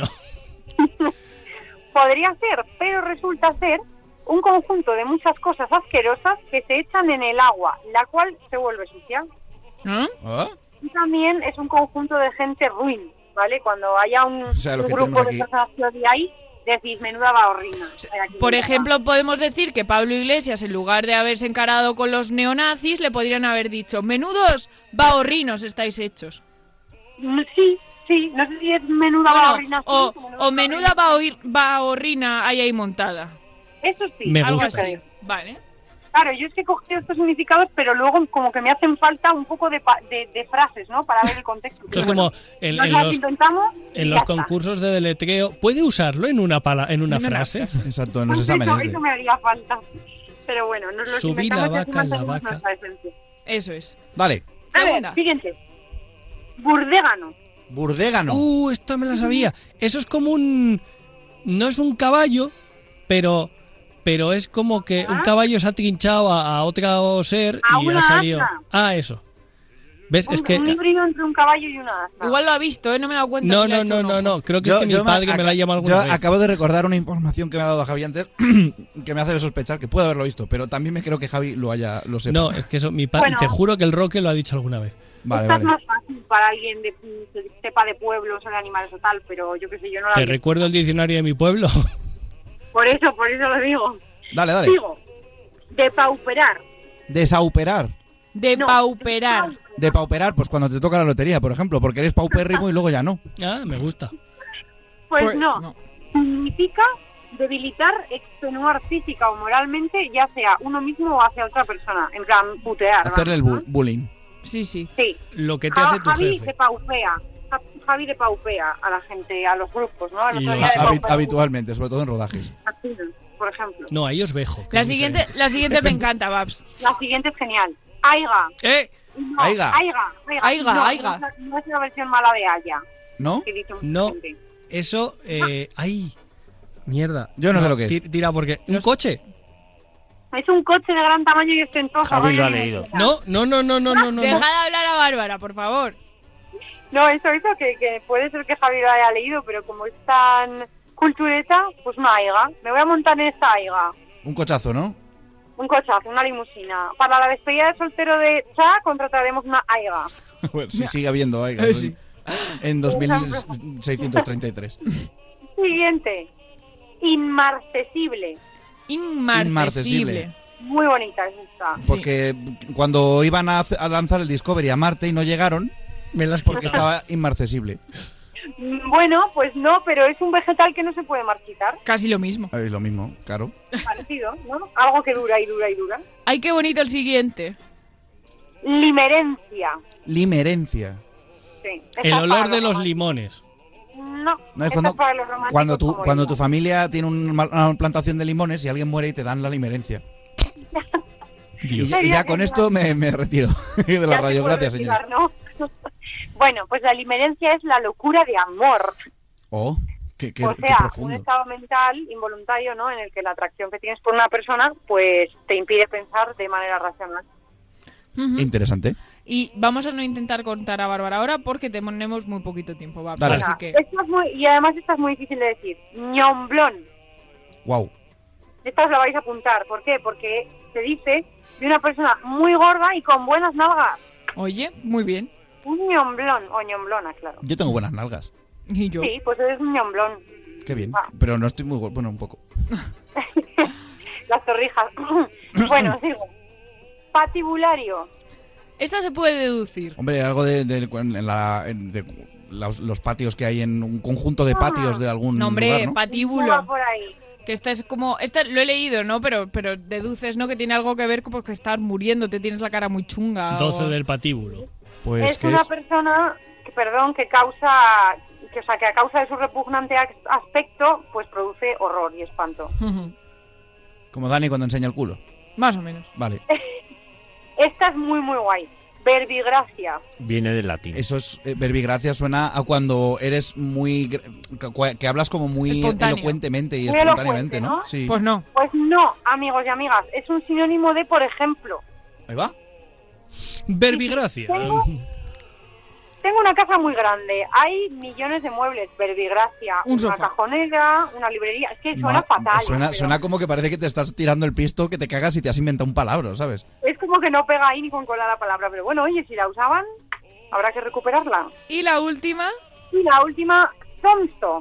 Podría ser, pero resulta ser un conjunto de muchas cosas asquerosas que se echan en el agua, la cual se vuelve sucia. ¿Ah? ¿Ah? Y también es un conjunto de gente ruin, ¿vale? Cuando haya un, sea, lo un que grupo tenemos de aquí. personas que os ahí, decís, menuda bahorrina. Eh, aquí Por me ejemplo, podemos decir que Pablo Iglesias, en lugar de haberse encarado con los neonazis, le podrían haber dicho, menudos bahorrinos estáis hechos. llama. Sí, sí, no sé si es menuda Bueno, bahorrina. sí, o, menuda o menuda bahorrina. bahor- bahorrina hay ahí montada. Eso sí, Me Algo gusta. así. Vale. Claro, yo es que he cogido estos significados, pero luego como que me hacen falta un poco de, pa- de, de frases, ¿no? Para ver el contexto. Esto es Pero como bueno, en, nos en las los, intentamos y en ya los está. concursos de deletreo. ¿Puede usarlo en una, pala, en una En una frase? Exacto, en los Eso- exámenes. Eso de- me haría falta. Pero bueno, nos lo Subí inventamos la y así vaca en la mantenemos vaca. nuestra esencia. Eso es. Dale. A ver, Segunda. siguiente. Burdégano. Burdégano. Uh, esta me la sabía. Eso es como un... No es un caballo, pero... Pero es como que un caballo se ha trinchado a, a otro ser A y una ha salido... asna. Ah, eso. ¿Ves? Un, Es que... un híbrido entre un caballo y una asna. Igual lo ha visto, ¿eh? No me he dado cuenta. No, si le ha no, hecho no, un no, ojo. no. Creo que es que mi padre me, me la ha llamado alguna yo vez. acabo de recordar una información que me ha dado Javi antes que me hace sospechar que puede haberlo visto, pero también me creo que Javi lo haya lo sepa. No, es que eso, mi padre, Bueno. te juro que el Roque lo ha dicho alguna vez. Vale, Esta vale. es más fácil para alguien de, que sepa de pueblos o de animales o tal, pero yo qué sé, yo no la Te vi. recuerdo el diccionario de mi pueblo. Por eso, por eso lo digo. Dale, dale. Sigo. Depauperar. Desauperar. Depauperar. Depauperar, pues cuando te toca la lotería, por ejemplo, porque eres paupérrimo y luego ya no. Ah, me gusta. Pues, Pues no. no. Significa debilitar, extenuar física o moralmente, ya sea uno mismo o hacia otra persona. En plan, putear. Hacerle el vamos, bu- bullying. Sí, sí. Sí. Lo que te Ja- hace tu Javi jefe. depaupea. Ja- Javi depaupea a la gente, a los grupos, ¿no? El Y otro los- día Habi- depaupea habitualmente, sobre todo en rodajes. a Steven, por ejemplo. No, ahí os vejo. que La es siguiente, diferente. la siguiente me encanta, Babs. La siguiente es genial. Aiga. ¡Eh! No, Aiga. Aiga. Aiga. Aiga, no, aiga. No, es la- no es la versión mala de Aya. ¿No? Que dice mucha No. gente. Eso, eh... ¡Ay! Mierda. Yo no sé lo que es. Ti- Tira, porque... ¿Un coche? Es un coche de gran tamaño y ostentoso. Javi lo ha vaya leído. mentira. No, no, no, no, no, no, no. Deja no. de hablar a Bárbara, por favor. No, eso, eso, que, que puede ser que Javi lo haya leído, pero como es tan cultureta, pues una aiga. Me voy a montar en esta aiga. Un cochazo, ¿no? Un cochazo, una limusina. Para la despedida de soltero de Cha contrataremos una aiga. Bueno, si sigue habiendo aigas Eh, sí. en, en dos mil seiscientos treinta y tres. Siguiente. Inmarcesible. Inmarcesible. Inmarcesible. Muy bonita es esta. Porque cuando iban a, hace- a lanzar el Discovery a Marte y no llegaron, Me las porque estaba inmarcesible. Mm, Bueno, pues no, pero es un vegetal que no se puede marchitar. Casi lo mismo. Es lo mismo, claro. Parecido, ¿no? Algo que dura y dura y dura. Ay, qué bonito el siguiente. Limerencia. Limerencia. Sí. El Esta es olor para de los románticos. limones. No, No, es esta cuando, es para los románticos cuando, tu, como cuando yo. tu familia tiene un ma- una plantación de limones y alguien muere y te dan la limerencia. Y, Dios. ya- y ya con esto me, me retiro de la Ya radio. se puede Gracias, señor. retirar, ¿no? Bueno, pues la limerencia es la locura de amor. Oh, qué, qué- o qué sea, un profundo. estado mental involuntario, ¿no? En el que la atracción que tienes por una persona, pues te impide pensar de manera racional. Ujú. Interesante. Y vamos a no intentar contar a Bárbara ahora porque tenemos muy poquito tiempo, Babs. Dale. Así Venga, que... esto es muy, y además esta es muy difícil de decir. Ñomblón. Wow. Esta os la vais a apuntar. ¿Por qué? Porque se dice de una persona muy gorda y con buenas nalgas. Oye, muy bien. Un ñomblón, o ñomblona, claro. Yo tengo buenas nalgas. Y yo. Sí, pues eres un ñomblón. Qué bien. Ah. Pero no estoy muy gu- bueno, un poco. Las torrijas. Bueno, sigo. Patibulario. Esta se puede deducir. Hombre, algo de, de- en la- en- de los, los patios que hay en un conjunto de patios de algún No, hombre, lugar, ¿no? No patíbulo. va por ahí. Que esta es como... Esta lo he leído, ¿no? Pero, pero deduces, ¿no? Que tiene algo que ver con porque estás muriendo, te tienes la cara muy chunga. o- doce del patíbulo. Pues Es que una es persona, que, perdón, que causa, que, o sea, que a causa de su repugnante ac- aspecto, pues produce horror y espanto. Ujú. como Dani cuando enseña el culo. Más o menos. Vale. Esta es muy, muy guay. Verbigracia. Viene del latín. Eso es, eh, verbigracia suena a cuando eres muy... gr- que, que hablas como muy Espontáneo. elocuentemente y Muy espontáneamente, elocuente, ¿no? ¿no? Sí. Pues no. Pues no, amigos y amigas, es un sinónimo de, por ejemplo, Ahí va. Verbigracia. Tengo- tengo una casa muy grande, hay millones de muebles, verbigracia, Un una sofá. cajonera, una librería, es que suena Ma- fatal. Suena, pero suena como que parece que te estás tirando el pisto, que te cagas y te has inventado un palabra, ¿sabes? Es como que no pega ahí ni con cola la palabra, pero bueno, oye, si la usaban, habrá que recuperarla. Y la última, Y la última, zonzo.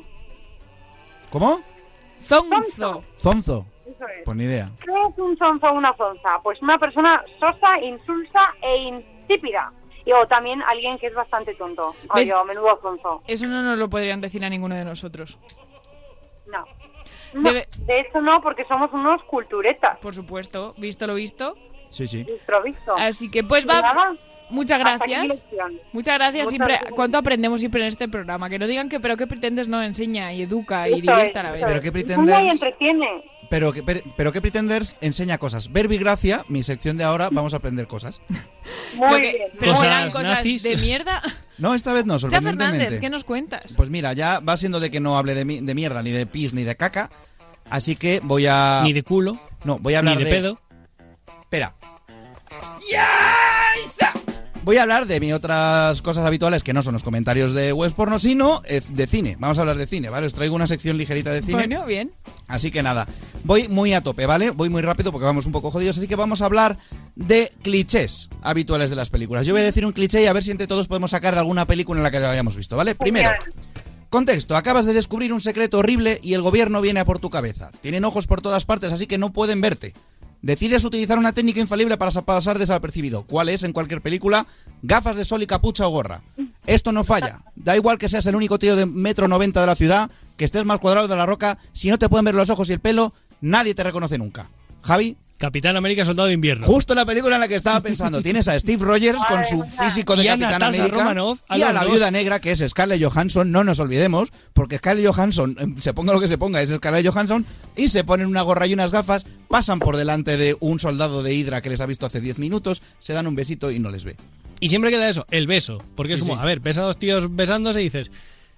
¿Cómo? zonzo. Zonzo. Eso es. Pues ni idea. ¿Qué es un zonzo o una zonza? Pues una persona sosa, insulsa e insípida. Y o también alguien que es bastante tonto. ¿Ves? Oye, menudo zonzo. Eso no nos lo podrían decir a ninguno de nosotros. No. No, Debe- de hecho no, porque somos unos culturetas. Por supuesto, visto lo visto. Sí, sí. Visto, visto. Así que pues Y va. nada, Muchas hasta aquí gracias. lección. Muchas gracias. Muchas Siempre, gracias. ¿cuánto aprendemos siempre en este programa? Que no digan que pero qué pretendes no enseña y educa y Eso divierte a la es, vez. eso Pero es. qué Enseña pretenders- y entretiene. Pero que, pero, pero que Pretenders enseña cosas. Verbigracia, mi sección de ahora, vamos a aprender cosas. Muy Pero que- bien. pero Cosas eran cosas nazis. de mierda. No, esta vez no, Ya Fernández, sorprendentemente. ¿qué nos cuentas? Pues mira, ya va siendo de que no hable de, mi- de mierda, ni de pis, ni de caca. Así que voy a... Ni de culo, No, voy a hablar ni de pedo. Espera. voy a hablar de mis otras cosas habituales que no son los comentarios de webs porno, sino eh, de cine. Vamos a hablar de cine, ¿vale? Os traigo una sección ligerita de cine. Bueno, bien. Así que nada, voy muy a tope, ¿vale? Voy muy rápido porque vamos un poco jodidos, así que vamos a hablar de clichés habituales de las películas. Yo voy a decir un cliché y a ver si entre todos podemos sacar de alguna película en la que lo hayamos visto, ¿vale? Primero, contexto, acabas de descubrir un secreto horrible y el gobierno viene a por tu cabeza. Tienen ojos por todas partes, así que no pueden verte. Decides utilizar una técnica infalible para pasar desapercibido. ¿Cuál es en cualquier película? Gafas de sol y capucha o gorra. Esto no falla. Da igual que seas el único tío de metro noventa de la ciudad, que estés más cuadrado de la roca, si no te pueden ver los ojos y el pelo, nadie te reconoce nunca. Javi. Capitán América, Soldado de Invierno. Justo la película en la que estaba pensando. Tienes a Steve Rogers con su físico de y Capitán Natasha América Romanoff, y a la dos. viuda negra, que es Scarlett Johansson, no nos olvidemos, porque Scarlett Johansson, se ponga lo que se ponga, es Scarlett Johansson, y se ponen una gorra y unas gafas, pasan por delante de un soldado de Hydra que les ha visto hace diez minutos, se dan un besito y no les ve. Y siempre queda eso, el beso. Porque Sí, es como, sí. a ver, ves a dos tíos besándose y dices,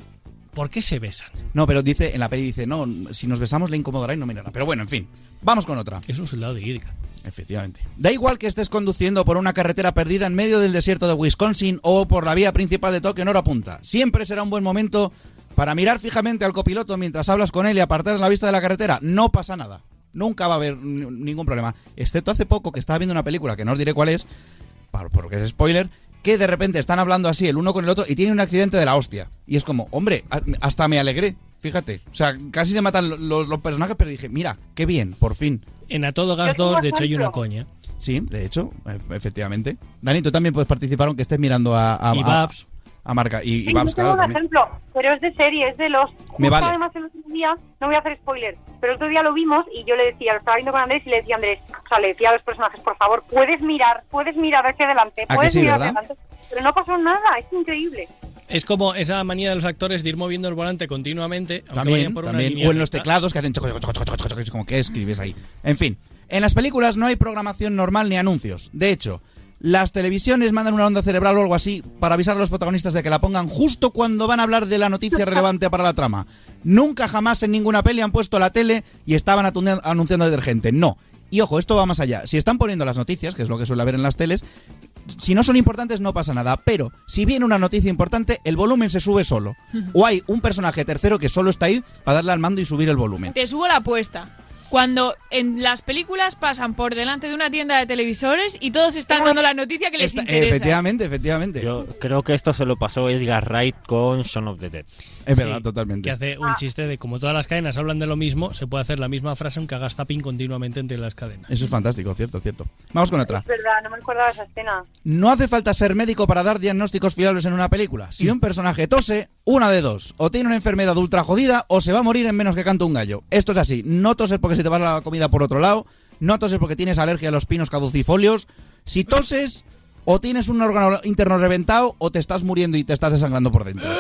¿por qué se besan? No, pero dice, en la peli dice, no, si nos besamos le incomodará y no mirará. Pero bueno, en fin, vamos con otra. Es un soldado de Hydra. Efectivamente. Da igual que estés conduciendo por una carretera perdida en medio del desierto de Wisconsin o por la vía principal de Tokio en hora punta. Siempre será un buen momento para mirar fijamente al copiloto mientras hablas con él y apartar la vista de la carretera. No pasa nada. Nunca va a haber n- ningún problema. Excepto hace poco que estaba viendo una película que no os diré cuál es, para- porque es spoiler, que de repente están hablando así el uno con el otro y tienen un accidente de la hostia. Y es como, hombre, a- hasta me alegré. Fíjate, o sea, casi se matan los, los personajes, pero dije, mira, qué bien, por fin. En A Todo Gas dos, de hecho, hay una coña. Sí, de hecho, e- efectivamente. Dani, tú también puedes participar aunque estés mirando a... a Y a- Babs. A, marca. Y, y Sí, Babs, yo tengo claro, un también. ejemplo, pero es de serie, es de los... Me Justo vale. Además, el otro día, no voy a hacer spoiler, pero el otro día lo vimos y yo le decía, lo estaba viendo con Andrés y le decía a Andrés, o sea, le decía a los personajes, por favor, puedes mirar, puedes mirar hacia adelante, ¿A que puedes sí, mirar verdad? hacia adelante. Pero no pasó nada, es increíble. Es como esa manía de los actores de ir moviendo el volante continuamente, aunque También, vayan por una también. línea O en los recta. teclados que hacen choco, choco, choco, choco, choco, choco, es como que escribes ahí. En fin, en las películas no hay programación normal ni anuncios. De hecho, las televisiones mandan una onda cerebral o algo así para avisar a los protagonistas de que la pongan justo cuando van a hablar de la noticia relevante para la trama. Nunca jamás en ninguna peli han puesto la tele y estaban atu- anunciando detergente. No. Y ojo, esto va más allá. Si están poniendo las noticias, que es lo que suele haber en las teles, si no son importantes no pasa nada. Pero si viene una noticia importante, el volumen se sube solo. O hay un personaje tercero que solo está ahí para darle al mando y subir el volumen. Te subo la apuesta. Cuando en las películas pasan por delante de una tienda de televisores y todos están dando la noticia que les Esta- interesa. efectivamente, efectivamente. Yo creo que esto se lo pasó Edgar Wright con Shaun of the Dead. Es verdad, Sí, totalmente. Que hace un chiste de como todas las cadenas hablan de lo mismo, se puede hacer la misma frase aunque hagas zapping continuamente entre las cadenas. Eso es fantástico, cierto, cierto. Vamos con otra. Es verdad, no me acordaba de esa escena. No hace falta ser médico para dar diagnósticos fiables en una película. Si un personaje tose, una de dos. O tiene una enfermedad ultra jodida o se va a morir en menos que canta un gallo. Esto es así. No toses porque se te va la comida por otro lado. No toses porque tienes alergia a los pinos caducifolios. Si toses, o tienes un órgano interno reventado o te estás muriendo y te estás desangrando por dentro.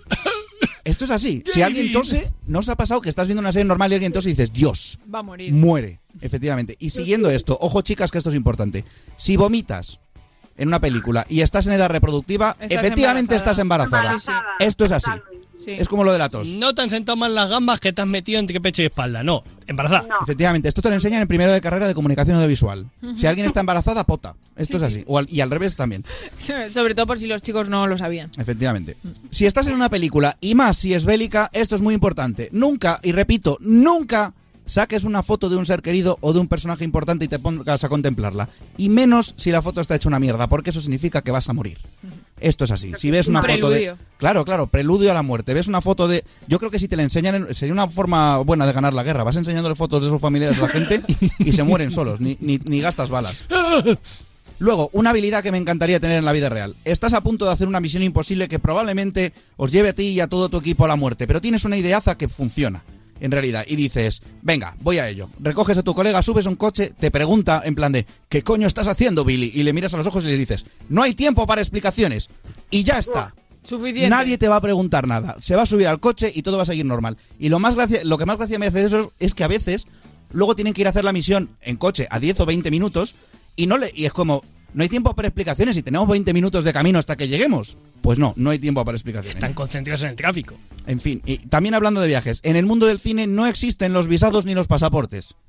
Esto es así. Si alguien tose, ¿no os ha pasado que estás viendo una serie normal y alguien tose y dices, Dios, Va a morir. muere? Efectivamente. Y siguiendo esto, ojo chicas que esto es importante. Si vomitas en una película y estás en edad reproductiva, Estás efectivamente embarazada. estás embarazada. Sí, sí. Esto es así. Sí. Es como lo de la tos. No te han sentado mal las gambas que te has metido entre pecho y espalda. No, embarazada. Efectivamente, esto te lo enseñan en primero de carrera de comunicación audiovisual. Si alguien está embarazada, pota. Esto es así. O al- y al revés también. Sobre todo por si los chicos no lo sabían. Efectivamente. Si estás en una película, y más si es bélica, esto es muy importante. Nunca, y repito, nunca saques una foto de un ser querido o de un personaje importante y te pongas a contemplarla. Y menos si la foto está hecha una mierda, porque eso significa que vas a morir. Esto es así. Si ves una Un foto de... preludio. Claro, claro, preludio a la muerte. Ves una foto de... Yo creo que si te la enseñan, sería una forma buena de ganar la guerra. Vas enseñándole fotos de sus familiares a la gente y se mueren solos, ni, ni, ni gastas balas. Luego, una habilidad que me encantaría tener en la vida real. Estás a punto de hacer una misión imposible que probablemente os lleve a ti y a todo tu equipo a la muerte, pero tienes una ideaza que funciona, en realidad, y dices, venga, voy a ello. Recoges a tu colega, subes a un coche, te pregunta en plan de, ¿qué coño estás haciendo, Billy? Y le miras a los ojos y le dices, no hay tiempo para explicaciones. Y ya está. Suficiente. Nadie te va a preguntar nada. Se va a subir al coche y todo va a seguir normal. Y lo más gracia, lo que más gracia me hace de eso es que a veces luego tienen que ir a hacer la misión en coche a diez o veinte minutos y no le y es como, no hay tiempo para explicaciones y tenemos veinte minutos de camino hasta que lleguemos. Pues no, no hay tiempo para explicaciones. Están concentrados en el tráfico. En fin, y también hablando de viajes, en el mundo del cine no existen los visados ni los pasaportes.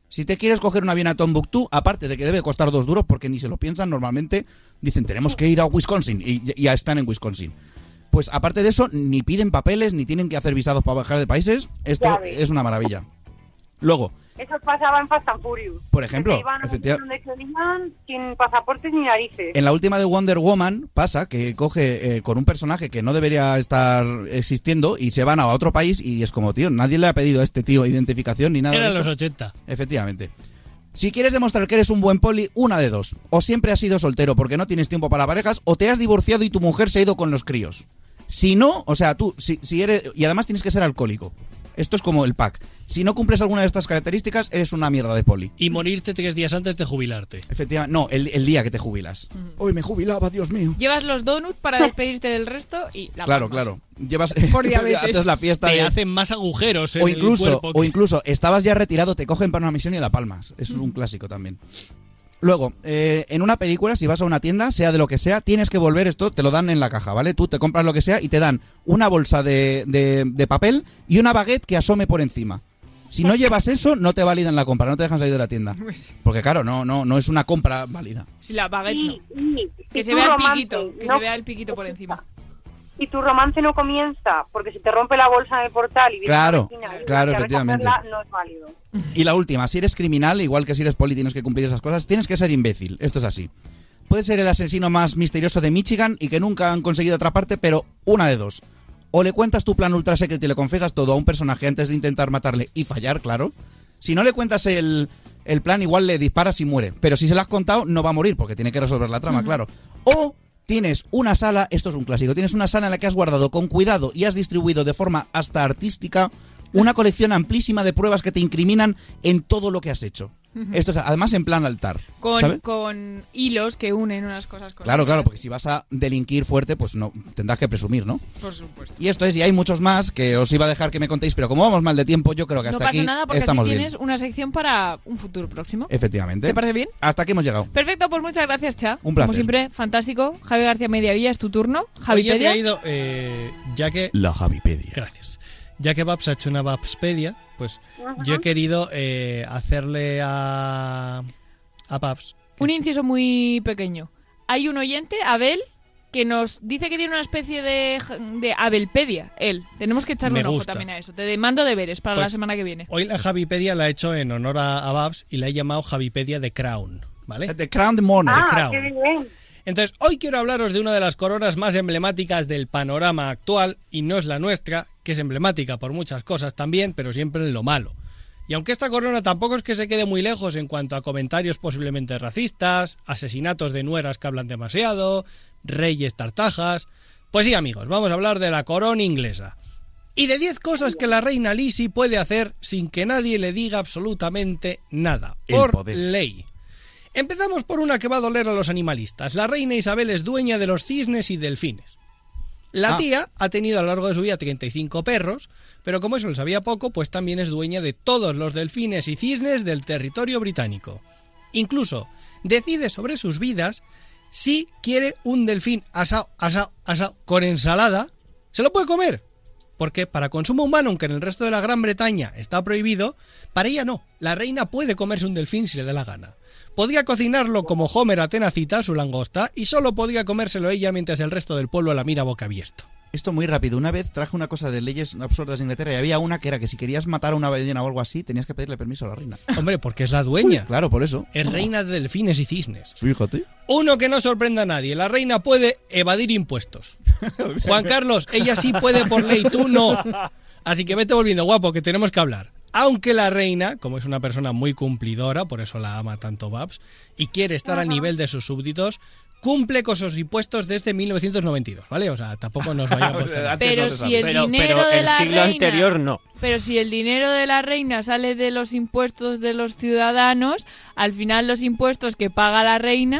Si te quieres coger un avión a Tombuctú, aparte de que debe costar dos duros, porque ni se lo piensan, normalmente dicen, tenemos que ir a Wisconsin, y ya están en Wisconsin. Pues aparte de eso, ni piden papeles, ni tienen que hacer visados para bajar de países. Esto es una maravilla. Luego... Eso pasaba en Fast and Furious. Por ejemplo, que iban a donde querían, sin pasaportes ni narices. En la última de Wonder Woman pasa que coge eh, con un personaje que no debería estar existiendo y se van a otro país y es como, tío, nadie le ha pedido a este tío identificación ni nada. Eran de esto. los ochenta. Efectivamente. Si quieres demostrar que eres un buen poli, una de dos. O siempre has sido soltero porque no tienes tiempo para parejas, o te has divorciado y tu mujer se ha ido con los críos. Si no, o sea, tú, si, si eres... Y además tienes que ser alcohólico. Esto es como el pack. Si no cumples alguna de estas características, eres una mierda de poli. Y morirte tres días antes de jubilarte. Efectivamente, no, el, el día que te jubilas. Mm. Hoy me jubilaba, Dios mío. Llevas los donuts para despedirte del resto y la Claro, palmas. claro. Llevas, Por diabetes. haces la fiesta Te de... hacen más agujeros en o incluso, el cuerpo. o incluso, estabas ya retirado, te cogen para una misión y la palmas. Eso es un clásico también. Luego, eh, en una película, si vas a una tienda, sea de lo que sea, tienes que volver esto, te lo dan en la caja, ¿vale? Tú te compras lo que sea y te dan una bolsa de, de, de papel y una baguette que asome por encima. Si no llevas eso, no te validan la compra, no te dejan salir de la tienda. Porque claro, no, no, no es una compra válida. Si la baguette no. Y, Que y se tu vea el romance piquito, que no- se vea el piquito por encima. Y tu romance no comienza porque se te rompe la bolsa en el portal y viene Claro, la vecina y claro, hay que efectivamente. recogerla, no es válido. Y la última, si eres criminal, igual que si eres poli tienes que cumplir esas cosas, tienes que ser imbécil. Esto es así. Puedes ser el asesino más misterioso de Michigan y que nunca han conseguido atraparte, pero una de dos. O le cuentas tu plan ultra secreto y le confiesas todo a un personaje antes de intentar matarle y fallar, claro. Si no le cuentas el, el plan, igual le disparas y muere. Pero si se lo has contado, no va a morir porque tiene que resolver la trama, Ujú. claro. O tienes una sala, esto es un clásico, tienes una sala en la que has guardado con cuidado y has distribuido de forma hasta artística una colección amplísima de pruebas que te incriminan en todo lo que has hecho. Ujú. Esto es además en plan altar. Con, ¿sabes? con hilos que unen unas cosas con Claro, otras. claro, porque si vas a delinquir fuerte, pues no tendrás que presumir, ¿no? Por supuesto. Y esto es, y hay muchos más que os iba a dejar que me contéis, pero como vamos mal de tiempo, yo creo que No hasta pasa aquí nada porque estamos así bien. tienes una sección para un futuro próximo. Efectivamente. ¿Te parece bien? Hasta aquí hemos llegado. Perfecto, pues muchas gracias, Cha. Un placer. Como siempre, fantástico. Javi García Mediavilla, es tu turno. Hoy he Javipedia. traído, eh, ya que... La Javipedia. Gracias. Ya que Babs ha hecho una Babspedia, pues Ajá. yo he querido eh, hacerle a, a Babs... Un inciso muy pequeño. Hay un oyente, Abel, que nos dice que tiene una especie de, de Abelpedia, él. Tenemos que echarle Me un ojo gusta. también a eso. Te demando deberes para la Pues, semana que viene. Hoy la Javipedia la he hecho en honor a, a Babs y la he llamado Javipedia de Crown, ¿vale? The Crown the Morning. The Ah, Crown. qué bien. Entonces, hoy quiero hablaros de una de las coronas más emblemáticas del panorama actual, y no es la nuestra, que es emblemática por muchas cosas también, pero siempre en lo malo. Y aunque esta corona tampoco es que se quede muy lejos en cuanto a comentarios posiblemente racistas, asesinatos de nueras que hablan demasiado, reyes tartajas... Pues sí, amigos, vamos a hablar de la corona inglesa. Y de diez cosas que la reina Lizzie puede hacer sin que nadie le diga absolutamente nada. El Por poder. ley. Empezamos por una que va a doler a los animalistas. La reina Isabel es dueña de los cisnes y delfines. La Ah. tía ha tenido a lo largo de su vida treinta y cinco perros, pero como eso le sabía poco, pues también es dueña de todos los delfines y cisnes del territorio británico. Incluso decide sobre sus vidas si quiere un delfín asado, asado, asado con ensalada, se lo puede comer. Porque para consumo humano, aunque en el resto de la Gran Bretaña está prohibido, para ella no. La reina puede comerse un delfín si le da la gana. Podía cocinarlo como Homer a Tenacita, su langosta, y solo podía comérselo ella mientras el resto del pueblo la mira boca abierta. Esto muy rápido. Una vez traje una cosa de leyes absurdas de Inglaterra y había una que era que si querías matar a una ballena o algo así, tenías que pedirle permiso a la reina. Hombre, porque es la dueña. Claro, por eso. Es reina de delfines y cisnes. Fíjate. Uno que no sorprenda a nadie. La reina puede evadir impuestos. Juan Carlos, ella sí puede por ley, tú no. Así que vete volviendo, guapo, que tenemos que hablar. Aunque la reina, como es una persona muy cumplidora, por eso la ama tanto Babs, y quiere estar al nivel de sus súbditos, cumple con sus impuestos desde mil novecientos noventa y dos, ¿vale? O sea, tampoco nos vayamos... Pero si el Pero, dinero pero de el la siglo reina, anterior no. Pero si el dinero de la reina sale de los impuestos de los ciudadanos, al final los impuestos que paga la reina...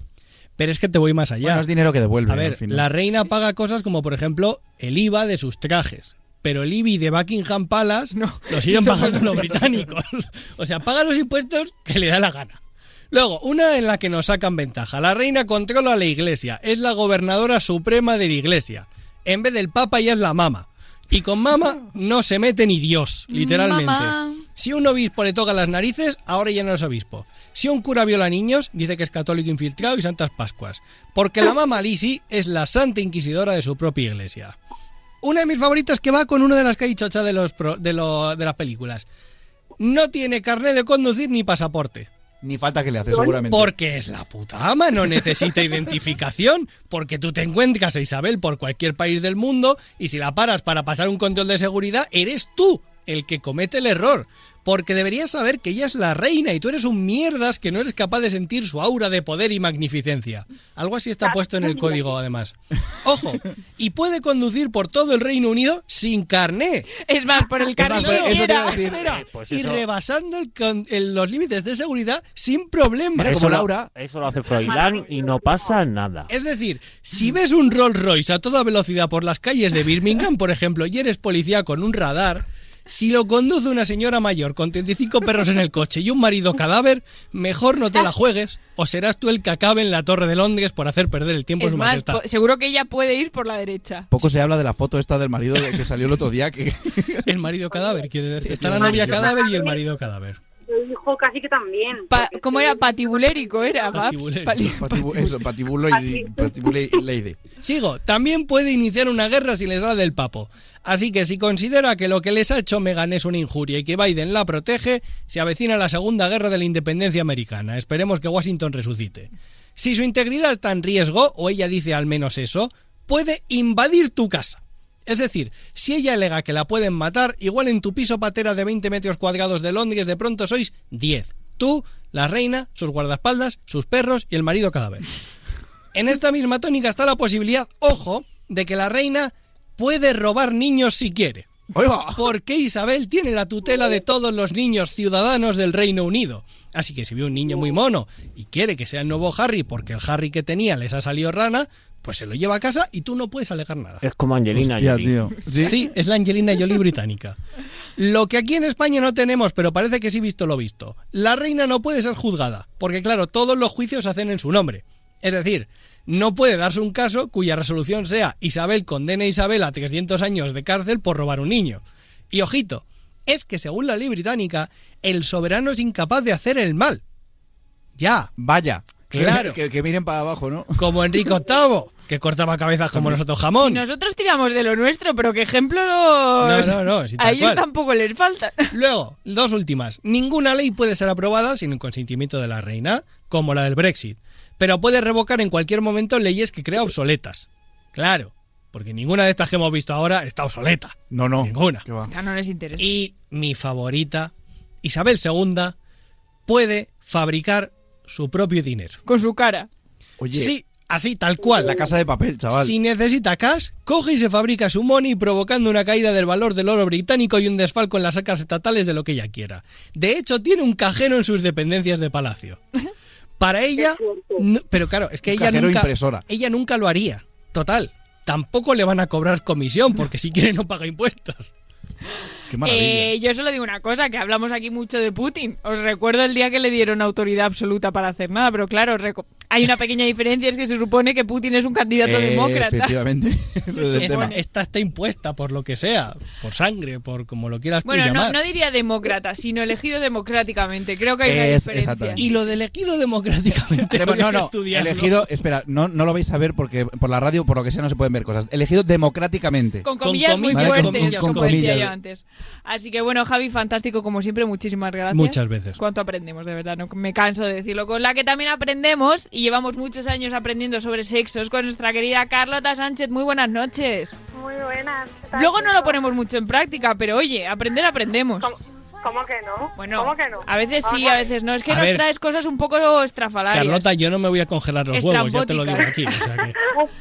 Pero es que te voy más allá. Bueno, es dinero que devuelve. A ver, al final. la reina paga cosas como, por ejemplo, el I V A de sus trajes. Pero el I B I de Buckingham Palace No, lo siguen eso pagando no los es británicos. O sea, paga los impuestos que le da la gana. Luego, una en la que nos sacan ventaja. La reina controla la iglesia. Es la gobernadora suprema de la iglesia. En vez del papa, ella es la mama. Y con mama no se mete ni Dios, literalmente. Mamá. Si a un obispo le toca las narices, ahora ya no es obispo. Si un cura viola niños, dice que es católico infiltrado y Santas Pascuas. Porque la mamá Lisi es la santa inquisidora de su propia iglesia. Una de mis favoritas que va con una de las que ha dicho Cha de, los pro, de, lo, de las películas. No tiene carnet de conducir ni pasaporte. Ni falta que le hace, seguramente. Porque es la puta ama, no necesita identificación. Porque tú te encuentras a Isabel por cualquier país del mundo y si la paras para pasar un control de seguridad, eres tú el que comete el error. Porque deberías saber que ella es la reina y tú eres un mierdas que no eres capaz de sentir su aura de poder y magnificencia. Algo así está puesto en el código, además. Ojo, y puede conducir por todo el Reino Unido sin carné. Es más, por el carné más, que eso te iba quiera. a decir. Espera, Eh, pues y eso- rebasando el con- el- los límites de seguridad sin problema. Mira, Eso como lo- Laura. Eso lo hace Froilán y no pasa nada. Es decir, si ves un Rolls Royce a toda velocidad por las calles de Birmingham, por ejemplo, y eres policía con un radar, si lo conduce una señora mayor con treinta y cinco perros en el coche y un marido cadáver, mejor no te la juegues o serás tú el que acabe en la Torre de Londres por hacer perder el tiempo a Es su más, majestad. po- seguro que ella puede ir por la derecha. Poco se habla de la foto esta del marido de- que salió el otro día. Que... El marido cadáver, quieres decir. Está la novia cadáver y el marido cadáver. El hijo casi que también. Pa- porque ¿Cómo sí. era? Patibulérico era, Babs. Patibulérico. Pali- Patibu- eso, patibulo y patibuleide. Sigo, también puede iniciar una guerra si le sale del papo. Así que si considera que lo que les ha hecho Meghan es una injuria y que Biden la protege, se avecina la segunda guerra de la independencia americana. Esperemos que Washington resucite. Si su integridad está en riesgo, o ella dice al menos eso, puede invadir tu casa. Es decir, si ella alega que la pueden matar, igual en tu piso patera de veinte metros cuadrados de Londres de pronto sois diez. Tú, la reina, sus guardaespaldas, sus perros y el marido cadáver. En esta misma tónica está la posibilidad, ojo, de que la reina puede robar niños si quiere. Oiga. Porque Isabel tiene la tutela de todos los niños ciudadanos del Reino Unido. Así que si ve un niño muy mono y quiere que sea el nuevo Harry porque el Harry que tenía les ha salido rana, pues se lo lleva a casa y tú no puedes alegar nada. Es como Angelina Hostia, Jolie. tío. ¿Sí? Sí, es la Angelina Jolie británica. Lo que aquí en España no tenemos, pero parece que sí visto lo visto. La reina no puede ser juzgada, porque claro, todos los juicios se hacen en su nombre. Es decir, no puede darse un caso cuya resolución sea Isabel condena a Isabel a trescientos años de cárcel por robar un niño. Y ojito, es que según la ley británica, el soberano es incapaz de hacer el mal. Ya, Vaya. Claro. Que, que miren para abajo, ¿no? como Enrique octavo, que cortaba cabezas como nosotros jamón. Y nosotros tiramos de lo nuestro, pero qué ejemplo los... No, no, no, sí, tal a ellos cual. tampoco les falta. Luego, dos últimas. Ninguna ley puede ser aprobada sin el consentimiento de la reina, como la del Brexit, pero puede revocar en cualquier momento leyes que crea obsoletas. Claro, porque ninguna de estas que hemos visto ahora está obsoleta. No, no. Ninguna. ¿Qué va? Ya no les interesa. Y mi favorita, Isabel segunda, puede fabricar su propio dinero. Con su cara. Oye, Sí, así, tal cual. la casa de papel, chaval. Si necesita cash, coge y se fabrica su money provocando una caída del valor del oro británico y un desfalco en las arcas estatales de lo que ella quiera. De hecho, tiene un cajero en sus dependencias de palacio. Para ella, no- pero claro, es que Un ella cajero nunca, impresora. ella nunca lo haría. Total. Tampoco le van a cobrar comisión porque si quiere no paga impuestos. Qué maravilla. Eh, yo solo digo una cosa, que hablamos aquí mucho de Putin. Os recuerdo el día que le dieron autoridad absoluta para hacer nada, pero claro, reco- hay una pequeña diferencia, es que se supone que Putin es un candidato Eh, demócrata. Efectivamente. Ese es el Esta, tema. esta está impuesta por lo que sea, por sangre, por como lo quieras tú Bueno, no, llamar. no diría demócrata, sino elegido democráticamente. Creo que hay una Es- diferencia. exactamente. Y lo de elegido democráticamente. Demo- habría no, que no, estudiarlo. elegido, espera, no, no lo vais a ver porque por la radio, por lo que sea, no se pueden ver cosas. Elegido democráticamente. Con Con comillas, muy comillas, con fuertes, comillas, como con decía comillas. yo antes. Así que bueno, Javi, fantástico como siempre, muchísimas gracias. Muchas veces. Cuánto aprendemos, de verdad, no me canso de decirlo. Con la que también aprendemos, y llevamos muchos años aprendiendo sobre sexos, con nuestra querida Carlota Sánchez. Muy buenas noches. Muy buenas. ¿qué tal, Luego no lo chicos? ponemos mucho en práctica, pero oye, aprender aprendemos. ¿Cómo, cómo que no? Bueno, ¿Cómo que no? a veces sí, Vamos a veces no. Es que A nos ver. traes cosas un poco estrafalarias. Carlota, yo no me voy a congelar los huevos, ya te lo digo aquí. Estrambóticas. O sea que...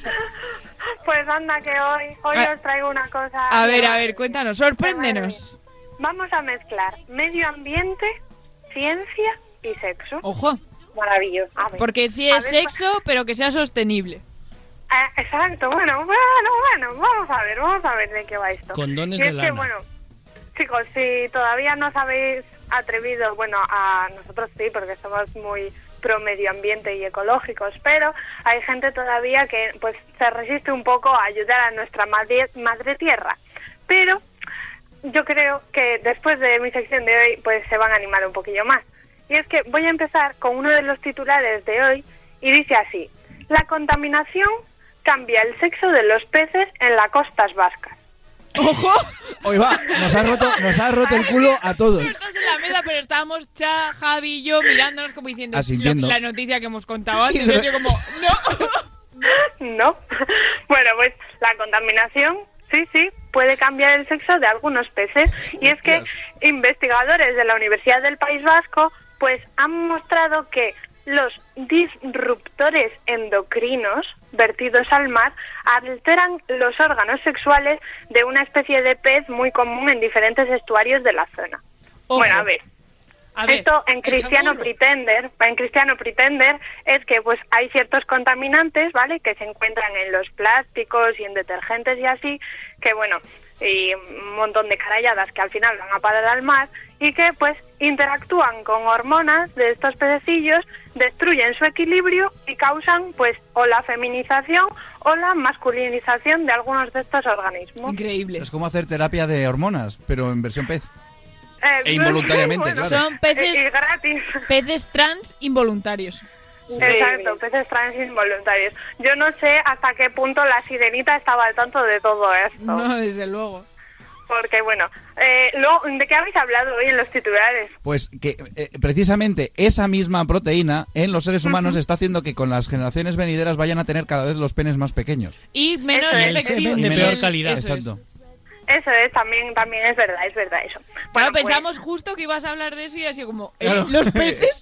Pues anda que hoy, hoy A- os traigo una cosa. A ver, a ver, cuéntanos, sorpréndenos. Vamos a mezclar medio ambiente, ciencia y sexo. Ojo, Maravilloso. A ver. porque sí A es ver, sexo, pero que sea sostenible. Ah, exacto, bueno, bueno, bueno, vamos a ver, vamos a ver de qué va esto. Condones y de es que, lana. bueno, chicos, si todavía no os habéis atrevido, bueno, a nosotros sí, porque somos muy pro medio ambiente y ecológicos, pero hay gente todavía que pues se resiste un poco a ayudar a nuestra madre, madre tierra. Pero yo creo que después de mi sección de hoy, pues se van a animar un poquillo más. Y es que voy a empezar con uno de los titulares de hoy y dice así: la contaminación cambia el sexo de los peces en las costas vascas. ¡Ojo! Hoy va, nos ha roto, nos ha roto el culo a todos. No estás en la mesa, pero estábamos Cha, Javi y yo mirándonos como diciendo Asintiendo. la noticia que hemos contado antes. Y yo como, no. No. Bueno, pues la contaminación, sí, sí, puede cambiar el sexo de algunos peces. Y es que investigadores de la Universidad del País Vasco pues han mostrado que los disruptores endocrinos vertidos al mar alteran los órganos sexuales de una especie de pez muy común en diferentes estuarios de la zona. Ojo. Bueno, a ver. A ver. Esto en Cristiano Pretender, en Cristiano Pretender es que pues hay ciertos contaminantes, ¿vale?, que se encuentran en los plásticos y en detergentes y así, que bueno, y un montón de carayadas que al final van a parar al mar y que pues interactúan con hormonas de estos pececillos, destruyen su equilibrio y causan pues o la feminización o la masculinización de algunos de estos organismos. Increíble. Es como hacer terapia de hormonas, pero en versión pez. Eh, E involuntariamente, bueno, claro. Son peces, y gratis. peces trans involuntarios. Sí. Exacto, peces trans involuntarios. Yo no sé hasta qué punto la sirenita estaba al tanto de todo esto. No, desde luego. Porque, bueno, eh, luego, ¿de qué habéis hablado hoy en los titulares? Pues que eh, precisamente esa misma proteína en los seres humanos uh-huh. está haciendo que con las generaciones venideras vayan a tener cada vez los penes más pequeños. Y menos efectivos. De peor calidad. Exacto. Eso es, también también es verdad, es verdad eso. Claro, Bueno, pensamos pues... justo que ibas a hablar de eso y así como, ¿eh? Claro. ¿Los peces?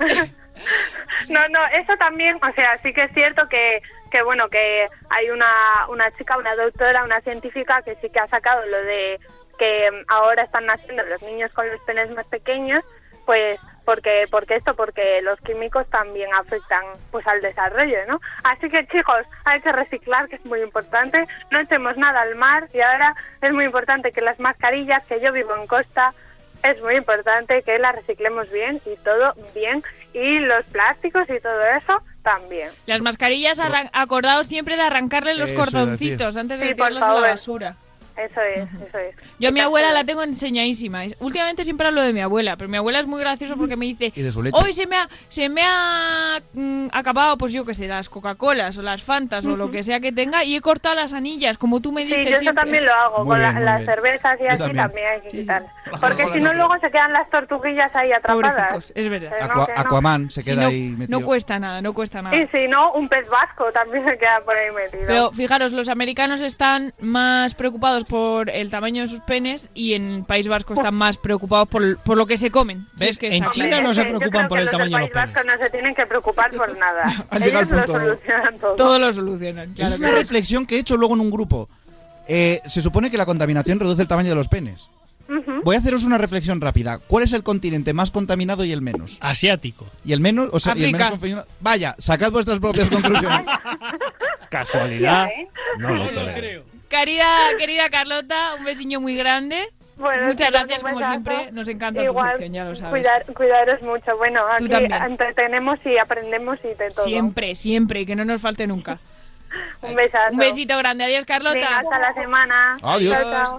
No, no, eso también, o sea, sí que es cierto que, que bueno, que hay una, una chica, una doctora, una científica que sí que ha sacado lo de que ahora están naciendo los niños con los penes más pequeños, pues porque porque esto porque los químicos también afectan pues al desarrollo, ¿no? Así que chicos, hay que reciclar, que es muy importante, no echemos nada al mar y ahora es muy importante que las mascarillas, que yo vivo en costa, es muy importante que las reciclemos bien y todo bien, y los plásticos y todo eso también. Las mascarillas, arran- acordaos siempre de arrancarle los Eso cordoncitos antes de Sí, por tirarlas a la favor. basura. Eso es, eso es. Yo a mi abuela la tengo enseñadísima. Últimamente siempre hablo de mi abuela, pero mi abuela es muy graciosa porque me dice, Y de su leche. hoy se me ha, se me ha mm, acabado, pues yo qué sé, las Coca-Colas o las Fantas o lo que sea que tenga, y he cortado las anillas, como tú me dices Sí, yo eso siempre. también lo hago, Muy con bien, la- muy las bien. cervezas y Yo así también. también hay que quitar. La Porque Coca-Cola si no, no, pero- luego se quedan las tortuguillas ahí atrapadas. Pobrecicos, es verdad. Eh, no, Aqua- que no. Aquaman se Sí, queda no, ahí metido. no cuesta nada, no cuesta nada. Y si no, un pez vasco también se queda por ahí metido. Pero fijaros, los americanos están más preocupados por el tamaño de sus penes y en el País Vasco están más preocupados por, por lo que se comen. Si ¿Ves? es que En está- China no se Yo preocupan creo por que el los tamaño de del los País Vasco penes. no se tienen que preocupar por nada. Han llegado al Ellos punto. lo solucionan todo. todo lo solucionan. Claro Es que una sí. reflexión que he hecho luego en un grupo. Eh, se supone que la contaminación reduce el tamaño de los penes. Ujú. Voy a haceros una reflexión rápida. ¿Cuál es el continente más contaminado y el menos? Asiático. Y el menos, o sea, y el África. menos contaminado. Vaya, sacad vuestras propias conclusiones. ¿Casualidad? Ya, ¿eh? No lo No lo creo. creo. Querida, querida Carlota, un besiño muy grande. Bueno, Muchas chicos, gracias, un como besazo. siempre. Nos encanta tu Igual, sección, ya lo sabes. cuidar, cuidaros mucho. Bueno, Tú aquí también. entretenemos y aprendemos y de todo. Siempre, siempre, y que no nos falte nunca. Un besazo. Un besito grande. Adiós, Carlota. Venga, hasta la semana. Adiós. Chao, chao.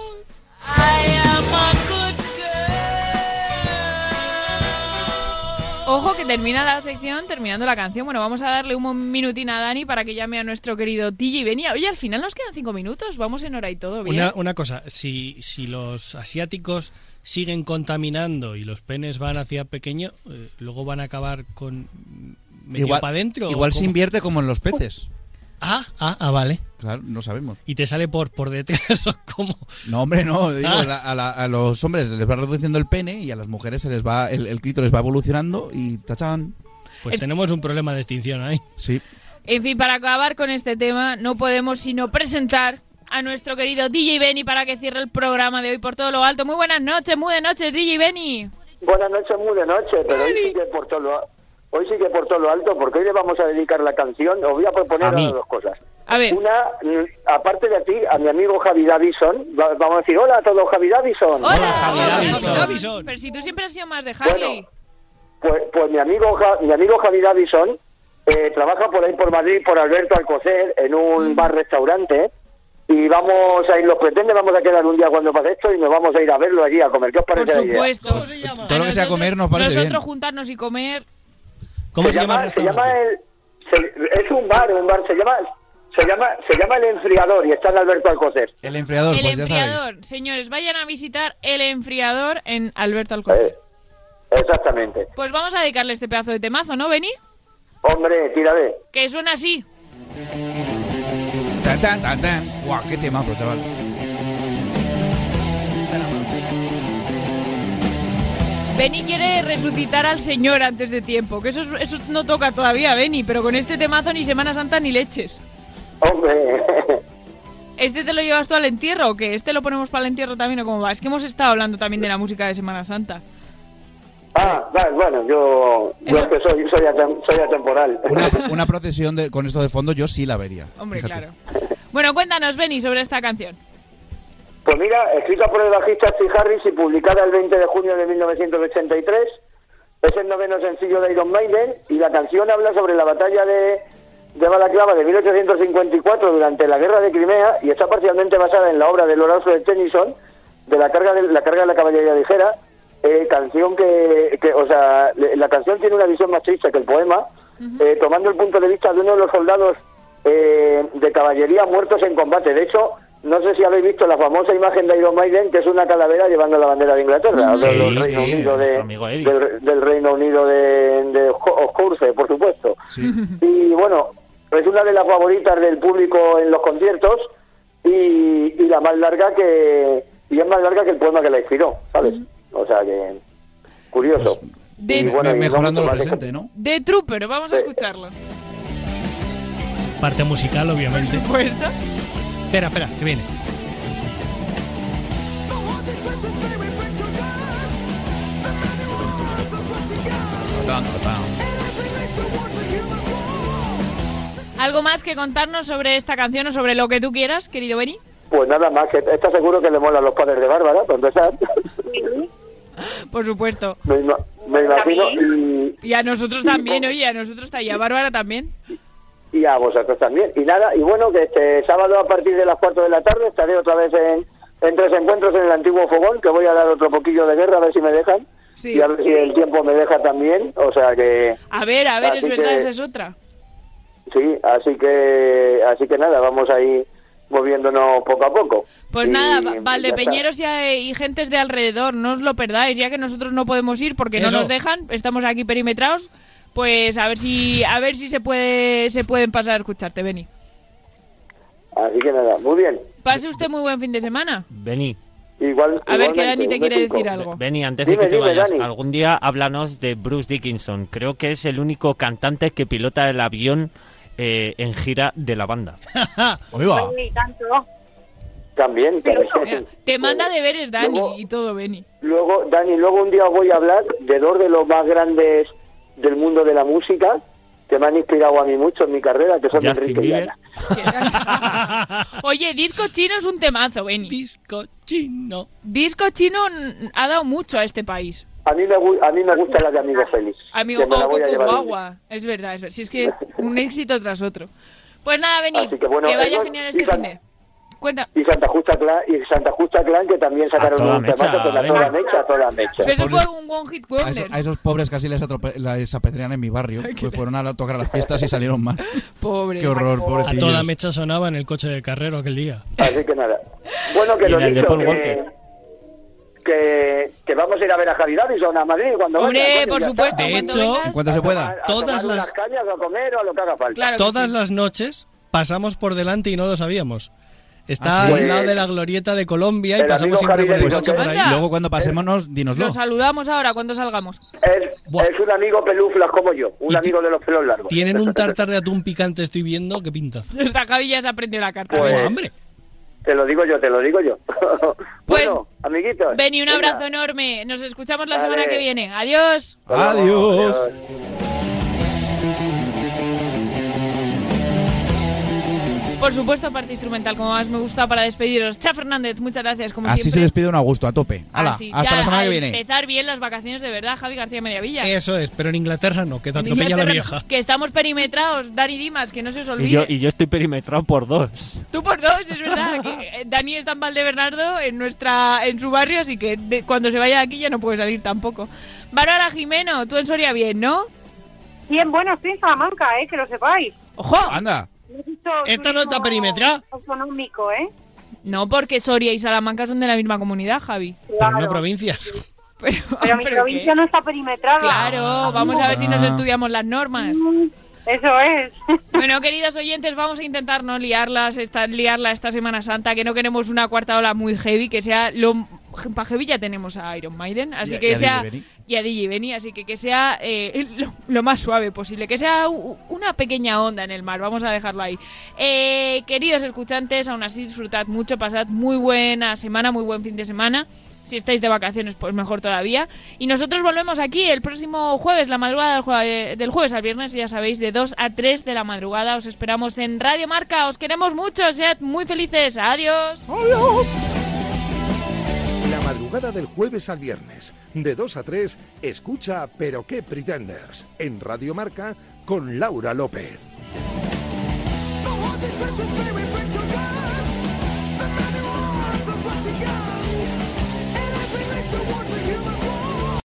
Ojo que termina la sección terminando la canción. Bueno, vamos a darle un minutín a Dani para que llame a nuestro querido T J Benny. Oye, al final nos quedan cinco minutos. Vamos en hora y todo bien. Una, una cosa, si, si los asiáticos siguen contaminando y los penes van hacia pequeño, eh, luego van a acabar con medio Igual, para adentro. igual ¿o se cómo? invierte como en los peces. Ah, ah, ah, vale. Claro, no sabemos. Y te sale por, por detrás o cómo. No, hombre, no. Digo, Ah. la- a, la- a los hombres les va reduciendo el pene y a las mujeres se les va el, el clítoris va evolucionando y tachán. Pues tenemos un problema de extinción ahí. Sí. En fin, para acabar con este tema, no podemos sino presentar a nuestro querido D J Benny para que cierre el programa de hoy por todo lo alto. Muy buenas noches, muy de noches, D J Benny. Buenas noches, muy de noche, pero hoy sí que por todo lo, hoy sí que por todo lo alto, porque hoy le vamos a dedicar la canción. Os voy a proponer A mí. ahora dos cosas. A ver. Una, mm, aparte de ti, a mi amigo Javi Davison, va- vamos a decir, hola a todos, Javi Davison. Hola, Javi Davison. Pero si tú siempre has sido más de Harley. Pues, pues mi amigo Ja- mi amigo Javi Davison eh, trabaja por ahí por Madrid, por Alberto Alcocer, en un bar-restaurante, y vamos a ir, los pretende, vamos a quedar un día cuando pase esto y nos vamos a ir a verlo allí a comer. ¿Qué os parece? Por supuesto. ¿Cómo se llama? Todo lo que sea comer nos parece Nosotros bien. juntarnos y comer... ¿Cómo se, se llama, llama? el Se llama el... Se, es un bar, un bar, se llama... Se llama, se llama El Enfriador y está en Alberto Alcocer. El Enfriador, El pues ya enfriador. sabéis. Señores, vayan a visitar El Enfriador en Alberto Alcocer. Eh, exactamente. Pues vamos a dedicarle este pedazo de temazo, ¿no, Beni? Hombre, tírale. Que suena así. Tan, tan, tan, tan. Guau, qué temazo, chaval. Beni quiere resucitar al Señor antes de tiempo, que eso, es- eso no toca todavía, Beni, pero con este temazo ni Semana Santa ni leches. Hombre. ¿Este te lo llevas tú al entierro o qué? ¿Este lo ponemos para el entierro también o cómo va? Es que hemos estado hablando también de la música de Semana Santa. Ah, vale, bueno, yo, yo es que soy, soy, atem- soy atemporal. Una, una procesión de, con esto de fondo yo sí la vería. Hombre, Fíjate. claro. Bueno, cuéntanos, Beni, sobre esta canción. Pues mira, escrita por el bajista Steve Harris y publicada el veinte de junio de mil novecientos ochenta y tres, es el noveno sencillo de Iron Maiden y la canción habla sobre la batalla de, de Balaclava de mil ochocientos cincuenta y cuatro durante la guerra de Crimea y está parcialmente basada en la obra de Lord Alfred Tennyson de la carga de la carga de la caballería ligera, eh, canción que, que, o sea, le- la canción tiene una visión más triste que el poema, eh, tomando el punto de vista de uno de los soldados eh, de caballería muertos en combate. De hecho, no sé si habéis visto la famosa imagen de Iron Maiden, que es una calavera llevando la bandera de Inglaterra, Sí, del sí, Reino sí, Unido de, nuestro amigo Eddie. del, del Reino Unido de, de Oscurce, por supuesto. Y bueno, es una de las favoritas del público en los conciertos y, y la más larga que y es más larga que el poema que la inspiró, ¿sabes? O sea que curioso. De- Y Me- bueno, y mejorando lo vamos a tomar- presente, ¿no? De Trooper, vamos a escucharlo. Parte musical, obviamente. Por supuesto. Espera, espera, que viene. ¿Algo más que contarnos sobre esta canción o sobre lo que tú quieras, querido Beni? Pues nada más, que está seguro que le mola a los padres de Bárbara, para empezar. Por supuesto. Me, ima- me imagino, y, Y a nosotros también, oye, a nosotros está, y a Bárbara también. y a vosotros también. Y nada, y bueno, que este sábado a partir de las cuatro de la tarde estaré otra vez en, en tres encuentros en el antiguo fogón, que voy a dar otro poquillo de guerra, a ver si me dejan. Sí. Y a ver si el tiempo me deja también, o sea que... A ver, a ver, es Así verdad, que- esa es otra. Sí, así que así que nada, vamos a ir moviéndonos poco a poco. Pues Y nada, ya está. Valdepeñeros y, y gentes de alrededor, no os lo perdáis, ya que nosotros no podemos ir porque Eso. no nos dejan, estamos aquí perimetrados, pues a ver si a ver si se puede se pueden pasar a escucharte, Beni. Así que nada, muy bien. Pase usted muy buen fin de semana. Beni, Igual, A ver, que igualmente, Dani te un quiere besico. decir algo. Beni, antes Dime, de que te dime, vayas, Dani. algún día háblanos de Bruce Dickinson. Creo que es el único cantante que pilota el avión eh, en gira de la banda. Oiga. Ni tanto. También, también. Mira, te manda deberes Dani Luego- y todo, Beni. Luego, Dani, luego un día os voy a hablar de dos de los más grandes del mundo de la música que me han inspirado a mí mucho en mi carrera, que son Justin Enrique y Bieber. Ana. Oye, Disco Chino es un temazo, Beni. Disco chino. Disco Chino mm, ha dado mucho a este país. A mí me, gu- a mí me gusta la de Amigo Félix. Amigo, que me la oh, voy a Coco llevar un día. Guagua. Es verdad, es verdad. Si es que un éxito tras otro. Pues nada, Beni, Así que bueno, vaya eso- genial y este San- fin de. Cuenta. Y Santa Justa Clan, y Santa Justa Clan que también sacaron toda un mecha, temazo con la venga. toda mecha, a toda mecha. Pero eso pobres- fue un one hit A, esos, wonder. a esos pobres casi les, atrope- les apedrean en mi barrio. Pues fueron a tocar a las fiestas y salieron mal. Pobre. Qué horror, A pobrecillos. toda mecha sonaba en el coche de Carrero aquel día. Así que nada. Bueno, que Y lo en el de dicho, Paul que, Walker. que, que vamos a ir a ver a Javi Davison a Madrid cuando Hombre, venga, coño, por ya supuesto. está. De cuando hecho, vengas- En cuanto se A pueda. tomar- a Todas tomar las- unas cañas, a comer o a lo que haga falta. Claro que Todas sí. las noches pasamos por delante y no lo sabíamos. Está ¿Ah, sí? al lado de la glorieta de Colombia y El pasamos amigo siempre Javi con el Davison, coche por ahí. Anda. Luego cuando pasémonos, dínoslo. Lo saludamos ahora cuando salgamos. Es, Buah. es un amigo peluflas como yo, un Y amigo de los pelos largos. Tienen un tartar de atún picante, estoy viendo, qué pintazo. Esta Javi ya se aprendió la carta. Pues- Tengo hambre. Te lo digo yo, te lo digo yo. Pues, bueno, amiguitos. Beni, un venga. abrazo enorme. Nos escuchamos la Vale. semana que viene. Adiós. Adiós. Adiós. Por supuesto, parte instrumental, como más me gusta para despediros. Cha Fernández, muchas gracias, como Así siempre. se despide un Augusto, a tope. Hala, Así, hasta ya, la semana a que viene. empezar bien las vacaciones de verdad, Javi García Mediavilla. Eso es, pero en Inglaterra no, que te En atropella la Inglaterra, vieja. Que estamos perimetrados, Dani Dimas, que no se os olvide. Y yo, y yo estoy perimetrado por dos. Tú por dos, es verdad. Que Dani está en Valdebernardo, en nuestra, en su barrio, así que de- cuando se vaya de aquí ya no puede salir tampoco. Bárbara Jimeno, tú en Soria bien, ¿no? Bien, bueno, estoy en Salamanca, eh, que lo sepáis. ¡Ojo! Anda. ¿Esta no está perimetrada? Autonómico, ¿eh? No, porque Soria y Salamanca son de la misma comunidad, Javi. Pero no provincias. Pero, Pero mi ¿pero provincia qué? no está perimetrada. Claro, vamos a ver si nos Ah. estudiamos las normas. Eso es. Bueno, queridos oyentes, vamos a intentar no liarlas esta, liarla esta Semana Santa, que no queremos una cuarta ola muy heavy, que sea lo... Para heavy ya tenemos a Iron Maiden, así Y a- que y a sea... D J Benny. Y a D J Benny, así que que sea eh, lo, lo más suave posible, que sea u- una pequeña onda en el mar, vamos a dejarlo ahí. Eh, queridos escuchantes, aún así disfrutad mucho, pasad muy buena semana, muy buen fin de semana. Si estáis de vacaciones, pues mejor todavía. Y nosotros volvemos aquí el próximo jueves, la madrugada del, jue- del jueves al viernes, ya sabéis, de dos a tres de la madrugada. Os esperamos en Radio Marca, os queremos mucho, sead muy felices. Adiós. Adiós. La madrugada del jueves al viernes, de dos a tres, escucha Pero qué Pretenders, en Radio Marca, con Laura López. The horses went to